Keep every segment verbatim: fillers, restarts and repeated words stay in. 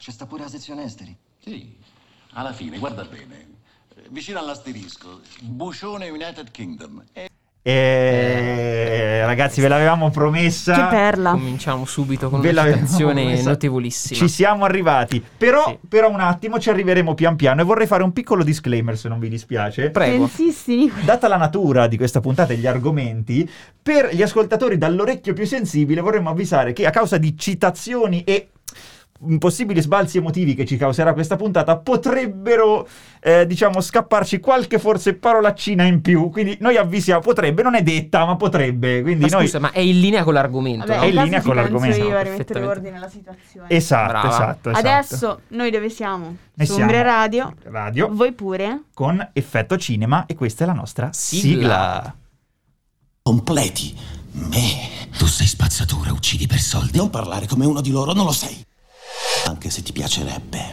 C'è sta pure la sezione esteri. Sì, alla fine, guarda bene. Vicino all'asterisco, Bocione United Kingdom. E... E... ragazzi, ve l'avevamo promessa. Che perla. Cominciamo subito con Ve una l'avevamo citazione promessa. notevolissima. Ci siamo arrivati. Però, Sì. però un attimo ci arriveremo pian piano e vorrei fare un piccolo disclaimer, se non vi dispiace. Prego. Tensissimi. Data la natura di questa puntata e gli argomenti, per gli ascoltatori dall'orecchio più sensibile vorremmo avvisare che a causa di citazioni e possibili sbalzi emotivi che ci causerà questa puntata potrebbero eh, diciamo scapparci qualche forse parolaccina in più, quindi noi avvisiamo, potrebbe, non è detta ma potrebbe, quindi Ma noi scusa, ma è in linea con l'argomento? Vabbè, no? è in in linea caso con ci penso l'argomento. io a No, rimettere perfettamente. ordine alla situazione. esatto, Brava. esatto, esatto. Adesso noi dove siamo? Ne Su siamo Umbre Radio. Radio Voi pure? con Effetto Cinema e questa è la nostra sigla. Sigla. Completi me. Tu sei spazzatura, uccidi per soldi. Non parlare come uno di loro, non lo sei. Anche se ti piacerebbe.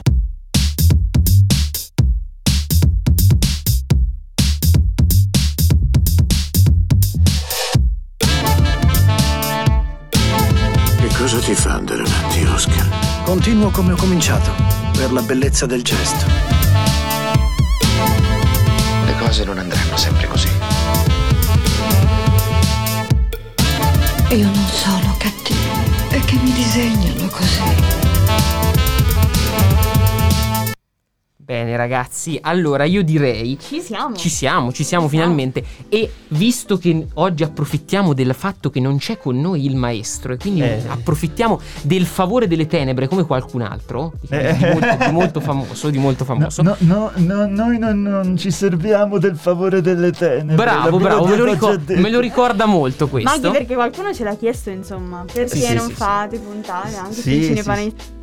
Che cosa ti fa andare avanti, Oscar? Continuo come ho cominciato, per la bellezza del gesto. Le cose non andranno sempre così. Io non sono cattivo, è che mi disegnano così. Bene ragazzi, allora io direi Ci siamo. Ci siamo, ci siamo finalmente. E visto che oggi approfittiamo del fatto che non c'è con noi il maestro, e quindi Eh. approfittiamo del favore delle tenebre come qualcun altro di, Eh. di molto, di molto famoso, di molto famoso. No, no, no, noi non, non ci serviamo del favore delle tenebre. Bravo, l'abbiamo bravo, me lo, già ricor- detto. me lo ricorda molto questo. Ma anche perché qualcuno ce l'ha chiesto, insomma. Perché Sì, non sì, fate puntate anche Sì, sui sì, cinepanettoni?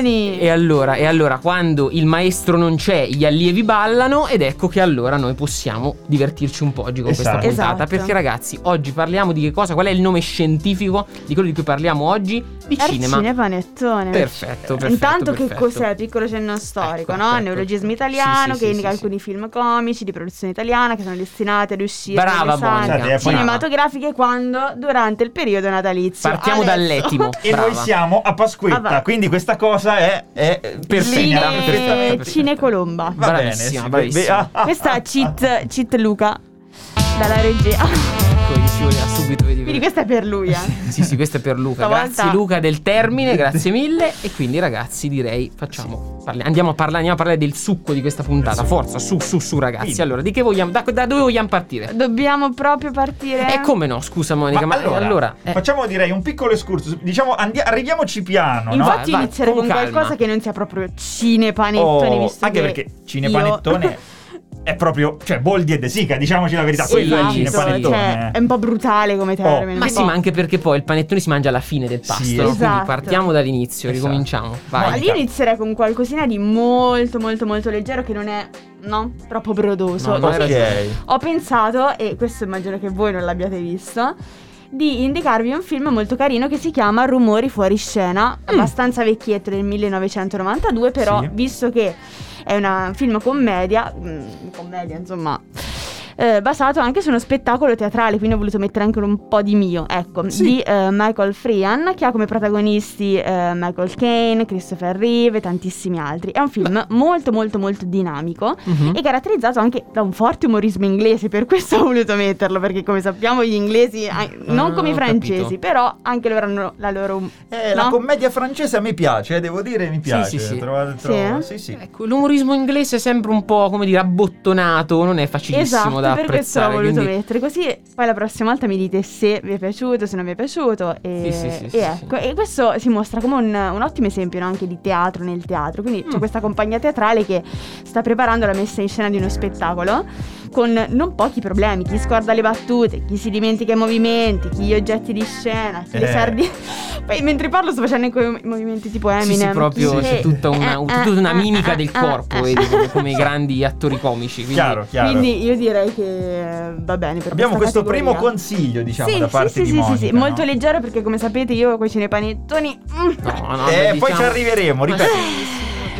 E allora, e allora quando il maestro non c'è, gli allievi ballano, ed ecco che allora noi possiamo divertirci un po' oggi con Esatto. questa puntata. Esatto. Perché ragazzi, oggi parliamo di che cosa? Qual è il nome scientifico di quello di cui parliamo oggi? Di cinema. Cinepanettone. Perfetto, perfetto. Intanto perfetto. che cos'è? Piccolo cenno storico, Ecco, no? ecco, Neologismo ecco. italiano Sì, sì, che sì, indica sì, alcuni film comici di produzione italiana che sono destinati ad uscire Brava, nelle sale Monica, brava. cinematografiche quando? Durante il periodo natalizio. Partiamo Adesso. dall'etimo. E Brava. noi siamo a Pasquetta, Ah, va. quindi questa cosa è, è Perfetta, segnata perfetta, perfettamente. perfetta. Cine Colomba. Va bene, Bravissima, sì, bravissima. beh, ah, ah, Questa ah, cheat, cheat Luca dalla regia. Ecco, ci voleva subito vedi. Quindi questa è per lui, eh. Sì, sì, questo è per Luca. Stavolta- Grazie Luca del termine, grazie mille. E quindi ragazzi direi facciamo parli- andiamo, a parlare, andiamo a parlare del succo di questa puntata. Forza, su, su, su ragazzi. Quindi. Allora, di che vogliamo, da, da dove vogliamo partire? Dobbiamo proprio partire. E come no, scusa Monica, ma, allora, allora eh, facciamo direi un piccolo excursus. Diciamo, andi- arriviamoci piano, no? Infatti vai, inizierei con con calma. qualcosa che non sia proprio cinepanettone, Oh, visto anche che perché cinepanettone è proprio, cioè Boldi e De Sica, diciamoci la verità, quello è il esatto, cinepanettone. cioè, è un po' brutale come termine. ma un sì, po'. ma anche perché poi il panettone si mangia alla fine del pasto, Sì, no? esatto. Quindi partiamo dall'inizio, Esatto. ricominciamo. Ma Vai. io inizierei con qualcosina di molto molto molto leggero che non è, no, troppo brodoso. No, non Ho hai pe- ragione. Ho pensato, e questo immagino che voi non l'abbiate visto, di indicarvi un film molto carino che si chiama Rumori fuori scena, abbastanza vecchietto, del millenovecentonovantadue, però Sì. visto che è una- un film commedia, mh, commedia insomma, eh, basato anche su uno spettacolo teatrale, quindi ho voluto mettere anche un po' di mio, ecco, Sì. di eh, Michael Freehan, che ha come protagonisti eh, Michael Caine, Christopher Reeve e tantissimi altri. È un film molto molto molto dinamico Mhm. e caratterizzato anche da un forte umorismo inglese, per questo ho voluto metterlo, perché come sappiamo gli inglesi, eh, non Ah, come i ho francesi, capito. però anche loro hanno la loro... Eh, la no? commedia francese a me piace, eh, devo dire, mi piace. sì, sì. Trovo- Sì, trovo- eh? sì, sì. Ecco, l'umorismo inglese è sempre un po', come dire, abbottonato, non è facilissimo Esatto, da per questo l'ho apprezzare. voluto quindi- mettere, così poi la prossima volta mi dite se vi è piaciuto, se non vi è piaciuto e, Sì, sì, sì, e sì, ecco, e questo si mostra come un, un ottimo esempio, no, anche di teatro nel teatro, quindi Mm. c'è questa compagnia teatrale che sta preparando la messa in scena di uno spettacolo con non pochi problemi, chi scorda le battute, chi si dimentica i movimenti, chi gli oggetti di scena, chi le Eh. sardine. Poi mentre parlo sto facendo anche i movimenti tipo Eminem. Sì, sì, proprio chi- c'è tutta una, eh, tutta una eh, mimica eh, del eh, corpo, eh, vedi, eh. come, come i grandi attori comici. Quindi, Chiaro, chiaro. Quindi io direi che eh, va bene per Abbiamo questa questo primo categoria. consiglio, diciamo, sì, da parte sì, di sì, Monica, sì, sì, no? molto leggero perché come sapete io con i cinepanettoni mm, No, no, Eh, beh, poi ci diciamo- arriveremo, ripeto.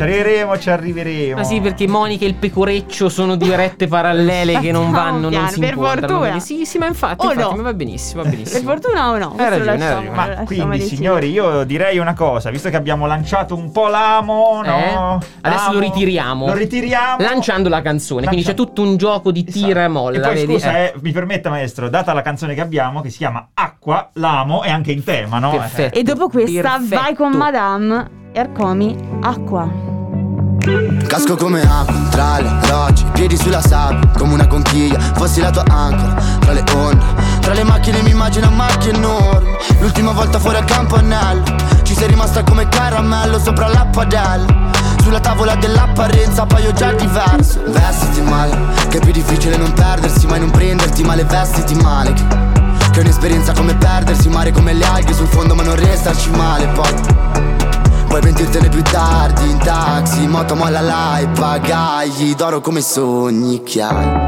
Ci arriveremo, ci arriveremo. Ma sì, perché Monica e il pecoreccio sono due rette parallele che non vanno, non si per incontrano. fortuna. Sì, sì, ma infatti, O infatti no? ma va benissimo, va benissimo. Per fortuna o no? Hai Questo lo ragione, hai lasciamo- ragione. lo Ma lasciamo quindi, decidere. signori, io direi una cosa, visto che abbiamo lanciato un po' l'amo, no? Eh? Adesso L'amo, lo ritiriamo. Lo ritiriamo. Lanciando la canzone, quindi c'è Lancia- tutto un gioco di tira e molla. E poi vedi? scusa, Eh. eh, mi permetta maestro, data la canzone che abbiamo, che si chiama Acqua, l'amo, è anche in tema, no? Perfetto. E dopo questa Perfetto. vai con Madame Ercomi, Acqua. Casco come acqua tra le rocce, piedi sulla sabbia come una conchiglia. Fossi la tua ancora tra le onde, tra le macchine mi immagino a macchie enormi. L'ultima volta fuori al campanello ci sei rimasta come caramello sopra la padella. Sulla tavola dell'apparenza paio già diverso. Vestiti male, che è più difficile non perdersi, mai non prenderti male, vestiti male. Che, che è un'esperienza come perdersi, mare come le alghe sul fondo ma non restarci male. Poi puoi pentirtene più tardi in taxi, moto molla là e pagagli d'oro come sogni che hai.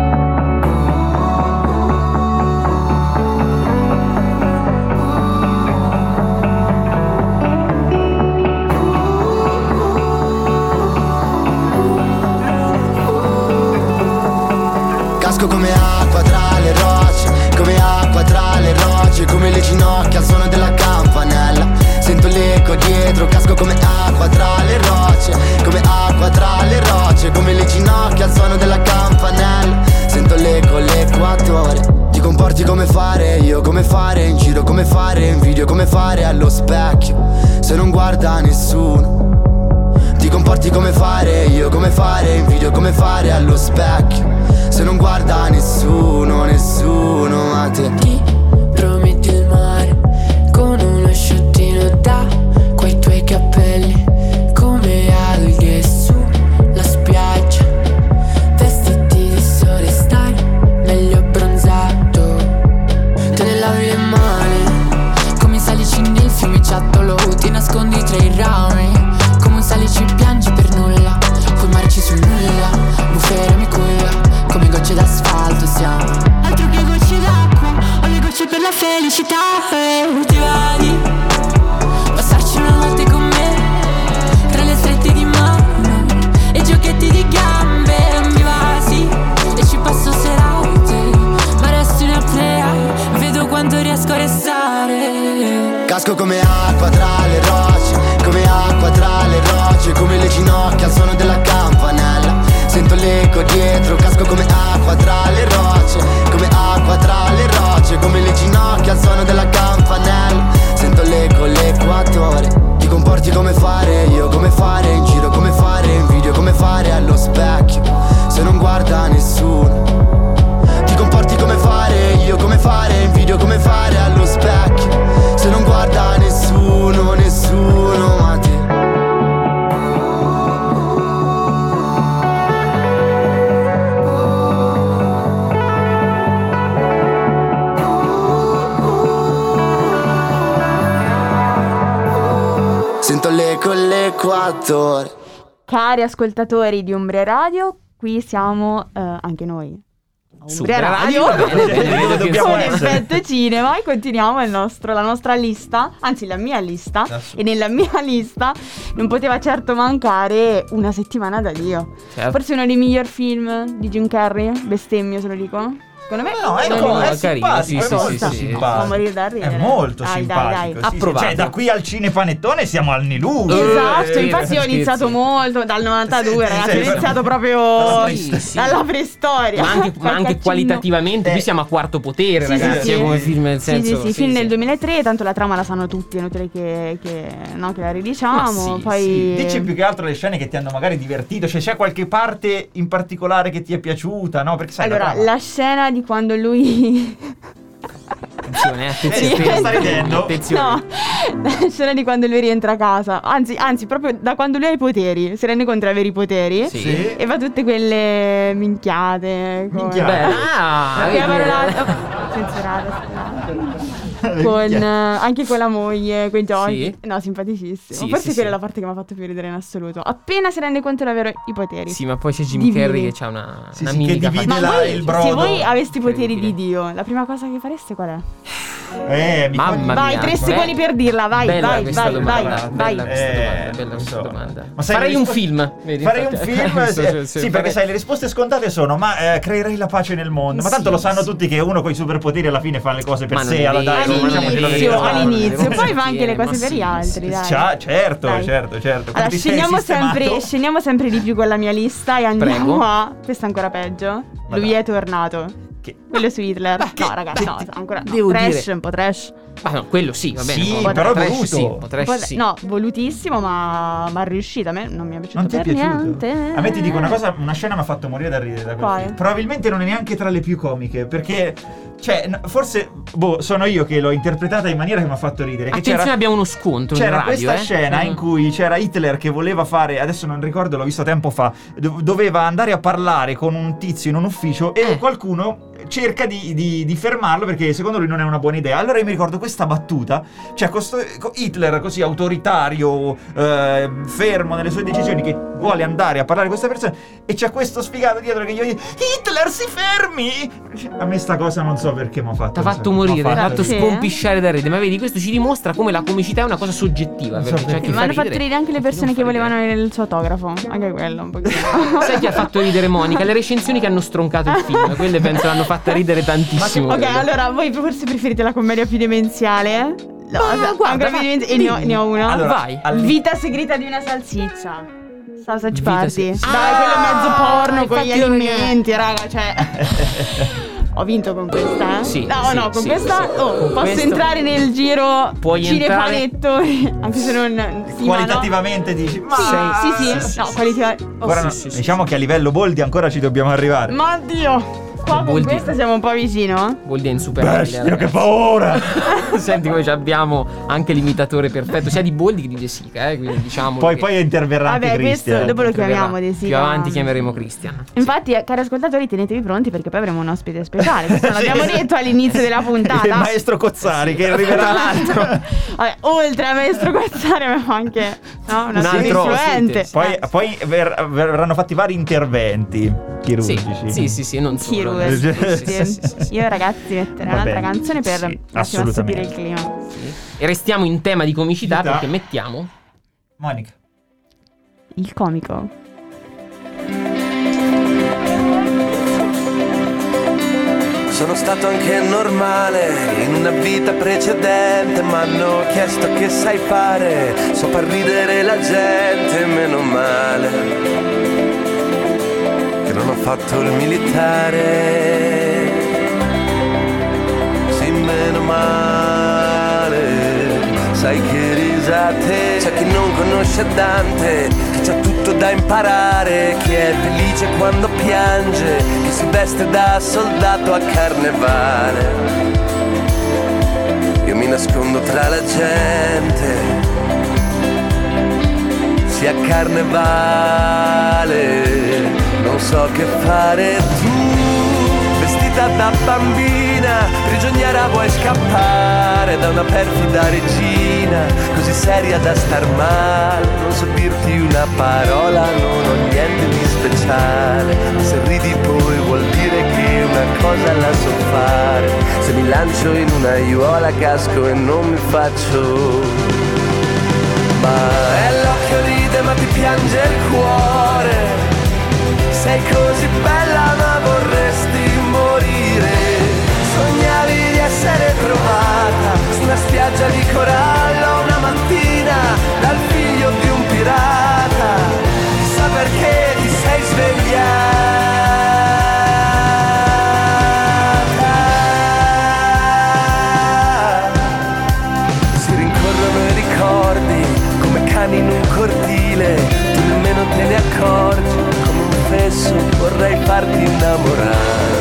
Casco come acqua tra le rocce, come acqua tra le rocce, come le ginocchia al suono della campanella. Sento l'eco dietro, casco come acqua tra le rocce, come acqua tra le rocce, come le ginocchia al suono della campanella. Sento l'eco, l'equatore. Ti comporti come fare io, come fare in giro, come fare in video, come fare allo specchio, se non guarda nessuno. Ti comporti come fare io, come fare in video, come fare allo specchio, se non guarda nessuno, nessuno. Ma te ti prometti il mare con uno sciottino da quei tuoi capelli come alghe sulla spiaggia. Vestiti di sole, stai meglio abbronzato. Te ne lavi le mani come salici nel fiumiciattolo, ti nascondi tra i rami come un salici, piangi per nulla, puoi marci sul nulla, bufera mi culla come gocce d'asfalto siamo. Altro che gocce d'acqua, ho le gocce per la felicità. E ti va di passarci una notte con me, tra le strette di mano e giochetti di gambe. Mi va sì, e ci passo serate, ma resto in apnea, vedo quanto riesco a restare. casco come acqua tra le rocce, come acqua tra le rocce, come le ginocchia al suono della campanella. Sento l'eco dietro, casco come acqua tra le rocce, come acqua tra le rocce, come le ginocchia al suono della campanella. Sento l'eco, l'equatore. Ti comporti come fare io, come fare in giro, come fare in video, come fare allo specchio, se non guarda nessuno. Ti comporti come fare io, come fare in video, come fare allo specchio, se non guarda nessuno, nessuno. Ma te sento l'eco, l'equatore. Cari ascoltatori di Umbria Radio, qui siamo eh, anche noi. Su Umbria Umbria Radio, Radio, bene, bene, bene, dobbiamo con essere. Effetto Cinema, e continuiamo il nostro, la nostra lista, anzi la mia lista, e nella mia lista non poteva certo mancare Una settimana da Dio. Certo. Forse uno dei miglior film di Jim Carrey, bestemmio se lo dico. Secondo me No, è, uno co- dei- è carino, simpatico, sì, è sì, molto sì, sì. simpatico. Fa morire da ridere. È molto Dai, dai, simpatico. dai. sì, sì. Approvato. Cioè, da qui al cinepanettone siamo al Nilu. Esatto, Eh, infatti ho scherzi. iniziato molto dal novantadue, Sì, ragazzi, sì, ho sì. iniziato proprio Dalla preistoria. Sì, sì. dalla preistoria. Ma anche, ma anche Qualche qualitativamente, Eh. qui siamo a Quarto Potere, Sì, ragazzi. sì, sì. Come film, nel Sì, senso. sì, sì, film del duemilatré, tanto la trama la sanno tutti, è inutile che, che, no, che la ridiciamo. Ma sì, Poi Sì, dici più che altro le scene che ti hanno magari divertito, cioè c'è qualche parte in particolare che ti è piaciuta, no? Perché sai allora, trama- la scena di quando lui Attenzione, eh, attenzione. Sì, sta ridendo. Attenzione. No, la scena di quando lui rientra a casa. Anzi, anzi, proprio da quando lui ha i poteri, si rende conto di avere i poteri. Sì. Sì. E fa tutte quelle minchiate. con- Minchiate. Beh, ah, Che vedi, parlato- eh. oh, censurate, scusate. Con, eh, anche con la moglie, con i giochi. Sì. No, simpaticissimo. Sì, Forse sì, quella sì. è la parte che mi ha fatto più ridere in assoluto. Appena si rende conto di avere i poteri. Sì, ma poi c'è Jim Divini. Carrey che c'ha una, Sì, una sì, che mimica divide Ma fantastica. la- voi, il brodo. se voi aveste i poteri di Incredibile. Dio, la prima cosa che fareste qual è? Eh, mi Mamma Vai, mia. tre Eh, secondi per dirla, vai, bella vai, questa vai, domanda, vai, bella vai. questa Eh, domanda, bella non questa so. domanda. Ma sai, Farei le un risposte- film. Vedi, Farei un infatti. film, Sì, sì, sì, sì, sì, perché farei- sai, le risposte scontate sono: ma eh, creerei la pace nel mondo. Ma tanto Sì, lo sanno sì. tutti che uno con i superpoteri alla fine fa le cose per Ma non sé. è Allora, dai, vero, diciamo ma non è che lo vero. devi All'inizio, fare. all'inizio, Ma poi fa anche le sì, cose ma per sì, gli altri, dai. Ciao, certo, Dai. certo, certo. Allora, Quindi sei scendiamo sistemato? sempre, scendiamo sempre di più con la mia lista e andiamo Prego. a... Questo è ancora peggio. Ma Lui dai. è tornato. Che- Quello su Hitler. che- No, ragazzi, no, che- ancora no. devo Trash, dire- un po' trash. Ma no, quello sì, va bene. Sì, un po' però è trash, voluto. sì, un po' trash, Un po' sì. No, volutissimo, ma, ma riuscito. A me non mi è piaciuto Non ti è per piaciuto? niente. A me ti dico una cosa, una scena mi ha fatto morire da ridere da quel Quale? film. Probabilmente non è neanche tra le più comiche, perché cioè, n- forse boh, sono io che l'ho interpretata in maniera che mi ha fatto ridere, che Attenzione, c'era abbiamo uno scontro in C'era radio, questa eh. scena Mm. in cui c'era Hitler che voleva fare, adesso non ricordo, l'ho visto tempo fa, do- doveva andare a parlare con un tizio in un ufficio e Eh. qualcuno cerca di, di- di fermarlo perché secondo lui non è una buona idea. Allora io mi ricordo questa battuta, cioè costo- co- Hitler così autoritario, eh, fermo nelle sue decisioni, che vuole andare a parlare con questa persona e c'è questo sfigato dietro che gli dice: Hitler, si fermi! A me sta cosa non so perché mi ha fatto. T'ha fatto morire, m'ha t'ha fatto Sì. scompisciare da ridere. Ma vedi, questo ci dimostra come la comicità è una cosa soggettiva. Non so Perché c'è perché. chi Mi fa hanno fatto ridere ridere anche le e chi persone non che fa volevano ridere. il suo autografo. Anche quello un pochino. Sai chi ha fatto ridere Monica? Le recensioni che hanno stroncato il film. Quelle penso l'hanno fatta ridere tantissimo. Ok, credo. allora voi forse preferite la commedia più demenziale? No, Ma aspetta, guarda, ancora va- più demenziale. E ne ho, ne ho una. Allora, Vai. al- Vita segreta di una salsiccia. Sausage Vita Party. se- Dai, Ah, quello è mezzo porno con gli infatti non è- alimenti, raga, cioè. Ho vinto con questa, eh? Sì, No, sì, no, con sì, questa sì. oh, Con posso questo entrare nel giro puoi cinepanettoni, anche se non sì, ma Qualitativamente dici, ma no. Sì, sì, sì. No, qualitativamente. Oh, Ora sì, no, sì, sì, diciamo che a livello Boldi ancora ci dobbiamo arrivare. Ma Dio! Qua con Boldi- questa siamo un po' vicino. Vuol dire insuperabile. Bestia, che ragazzi. paura! Senti come ci abbiamo anche l'imitatore perfetto, sia di Boldi che di De Sica, eh, quindi diciamo Poi, che poi interverrà Vabbè, anche questo Cristian. dopo lo interverrà. chiamiamo De Sica. Più avanti chiameremo Christian. Infatti, eh, cari ascoltatori, tenetevi pronti perché poi avremo un ospite speciale. Questo non Sì, l'abbiamo sì. detto all'inizio della puntata. Il maestro Cozzari che arriverà l'altro. Vabbè, oltre al maestro Cozzari abbiamo anche no, una Un sua altro influente. ospite, sì. Poi, Eh, poi ver- verranno fatti vari interventi Sì, chirurgici. sì, sì, sì, non solo. chirurgici. Sì, sì, sì, sì, sì. Io ragazzi metterei Va un'altra bene. canzone per Sì, un attimo a subire assolutamente. il clima. E restiamo in tema di comicità Comicità. perché mettiamo Monica. Il comico. Sono stato anche normale in una vita precedente, mi hanno chiesto che sai fare, so far ridere la gente, meno male che non ho fatto il militare, sì meno male, sai che risate, c'è chi non conosce Dante, che c'ha tutto da imparare, chi è felice quando piange, chi si veste da soldato a carnevale. Io mi nascondo tra la gente, sia a carnevale, non so che fare. Tu, vestita da bambina, prigioniera vuoi scappare da una perfida regina, così seria da star male, non so dirti una parola, non ho niente di speciale, se ridi poi vuol dire che una cosa la so fare, se mi lancio in una aiuola casco e non mi faccio, ma è l'occhio ride ma ti piange il cuore, sei così bella ma vorresti morire, sognavi di essere trovata su una spiaggia di corallo una mattina dal figlio di un pirata, chissà perché ti sei svegliata. Si rincorrono i ricordi come cani in un cortile, tu nemmeno te ne accorgi, come un fesso vorrei farti innamorare.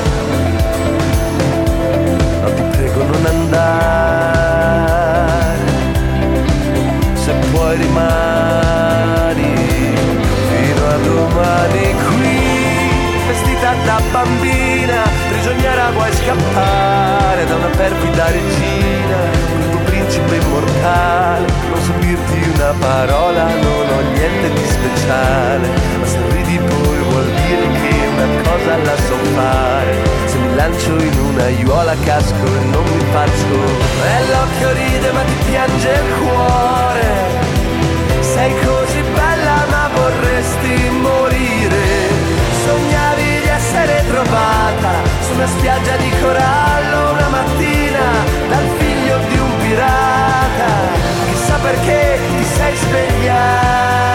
No, ti prego non andare, se puoi rimani fino a domani qui, vestita da bambina, prigioniera vuoi scappare da una perfida regina, col tuo principe immortale, non so dirti una parola, non ho niente di speciale, ma se ridi poi vuol dire che una cosa cosa la so fare. Se mi lancio in una aiuola casco e non mi faccio. E l'occhio ride ma ti piange il cuore. Sei così bella ma vorresti morire. Sognavi di essere trovata su una spiaggia di corallo una mattina dal figlio di un pirata. Chissà perché ti sei svegliata.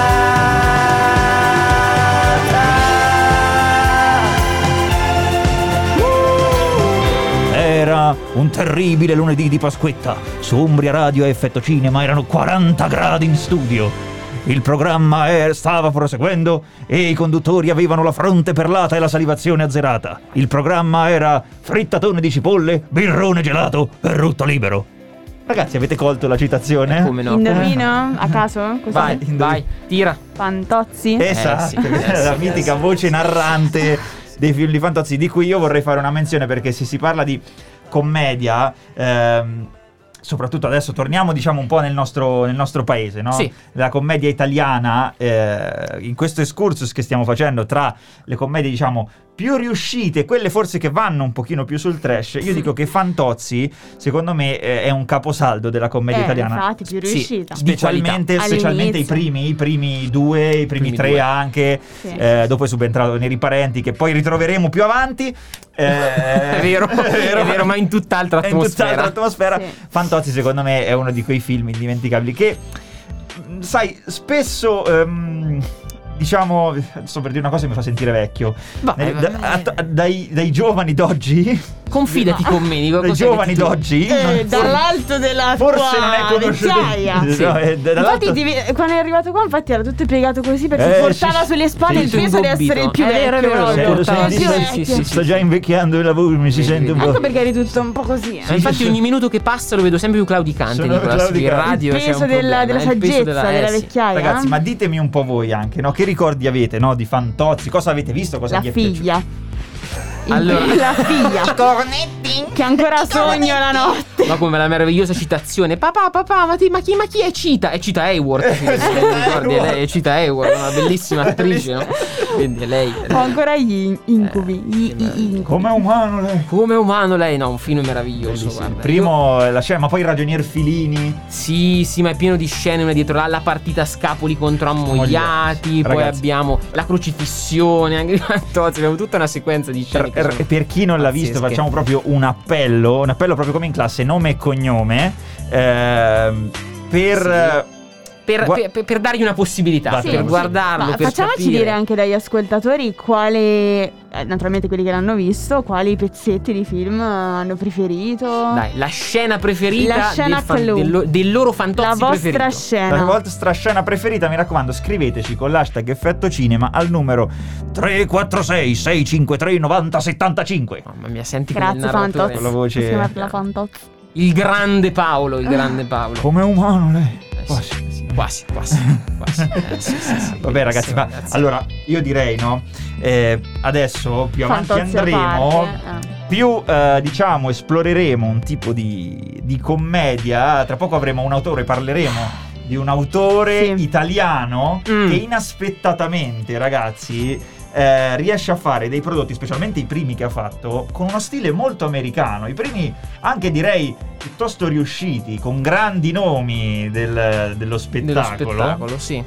Era un terribile lunedì di Pasquetta. Su Umbria Radio e Effetto Cinema erano quaranta gradi in studio. Il programma è, stava proseguendo e i conduttori avevano la fronte perlata e la salivazione azzerata. Il programma era frittatone di cipolle, birrone gelato e rutto libero. Ragazzi, avete colto la citazione? Eh, come no? Indovino? A caso? Così? Vai, vai, tira. Fantozzi? Esatto, Eh sì, eh la sì, mitica eh sì, voce eh sì. narrante dei film di Fantozzi, di cui io vorrei fare una menzione, perché se si parla di commedia, ehm, soprattutto adesso torniamo diciamo un po' nel nostro, nel nostro paese, no? Sì. La commedia italiana, eh, in questo excursus che stiamo facendo tra le commedie diciamo più riuscite, quelle forse che vanno un pochino più sul trash, io dico che Fantozzi secondo me eh, è un caposaldo della commedia Eh, italiana. infatti, più riuscita. Sì, specialmente, All'inizio. specialmente i primi, i primi due, i primi, Primi tre due. anche, Sì. eh, dopo è subentrato Neri Parenti che poi ritroveremo più avanti. Eh, È vero, è vero, ma in tutt'altra è in atmosfera. tutt'altra atmosfera. Sì. Fantozzi secondo me è uno di quei film indimenticabili che, mh, sai, spesso... ehm, diciamo, sto per dire una cosa che mi fa sentire vecchio. Vai, Eh, vai, da- vai. a- dai, dai giovani d'oggi, Confidati con me, Nico. dai cos'è giovani che ti- d'oggi, Eh, non- dall'alto della forse tua non è conosciuto. vecchiaia. Sì. No, è da- dall'alto- Infatti ti ve- quando è arrivato qua infatti era tutto piegato così perché Eh, portava sì, sulle spalle sì, il sì. peso di Ingobbito. essere il più È vero, è vecchio. vero, proprio. Sì, lo so, Il portava- più sì, vecchio. sì, sì, sto già invecchiando il lavoro, mi si sente un po'. Ecco perché eri tutto un po' così. eh. Ma infatti ogni minuto che passa lo vedo sempre più claudicante, Sono Nicolas, in claudicante. radio Il c'è peso un della, problema, della è il peso saggezza, della eh, sì. vecchiaia. Ragazzi, ma ditemi un po' voi anche, no? Che ricordi avete, no? Di Fantozzi, cosa avete visto, cosa la vi è piaciuto? figlia. Il- Allora- la figlia. Cornetti. Che ancora sogno la notte. Ma come la meravigliosa citazione: papà, papà, ma, ti- ma chi, ma chi è Cita? È Cita Hayward. se ti ricordi, è lei è Cita Hayward, una bellissima attrice, no? Quindi è lei. Ho ancora gli in- incubi. Gli, gli incubi. Come umano lei. Come umano lei, no, un film meraviglioso. Bellissimo. Guarda. Il primo, la scena, ma poi il ragionier Filini. Sì, sì, ma è pieno di scene una dietro l'altra. La partita a scapoli contro ammogliati. Poi Ragazzi. abbiamo la crocifissione. Anche di Fantozzi. Abbiamo tutta una sequenza di scene. che Per, sono per chi non l'ha visto, pazzesche. facciamo proprio un appello, un appello proprio come in classe, nome e cognome, ehm, per... Per, Gua- per- per dargli una possibilità, Sì, per sì. guardarlo, Ma per facciamoci capire. dire anche dagli ascoltatori quali, eh, naturalmente quelli che l'hanno visto, quali pezzetti di film hanno preferito. Dai, la scena preferita La scena del, fan- clou. del, lo- del loro Fantozzi La vostra preferito. La scena. vostra scena preferita, mi raccomando, scriveteci con l'hashtag Effetto Cinema al numero tre quattro sei sei cinque tre nove zero sette cinque. Mamma mia, senti come il Grazie narratore. Fantozzi. Con la voce- Possiamo chiamarla Fantozzi. Il grande Paolo, il grande Paolo. Come umano lei. Eh, Quasi. sì, sì, quasi, quasi, quasi. Eh, sì, sì, sì, Vabbè ragazzi, ma ragazzi. allora io direi, no? Eh, adesso più avanti Fantozzi a andremo, parte, eh. più eh, diciamo esploreremo un tipo di, di commedia. Tra poco avremo un autore, parleremo di un autore Sì. italiano Mm. che inaspettatamente, ragazzi, eh, riesce a fare dei prodotti, specialmente i primi che ha fatto, con uno stile molto americano. I primi anche direi piuttosto riusciti, con grandi nomi del- dello Dello spettacolo. spettacolo, sì.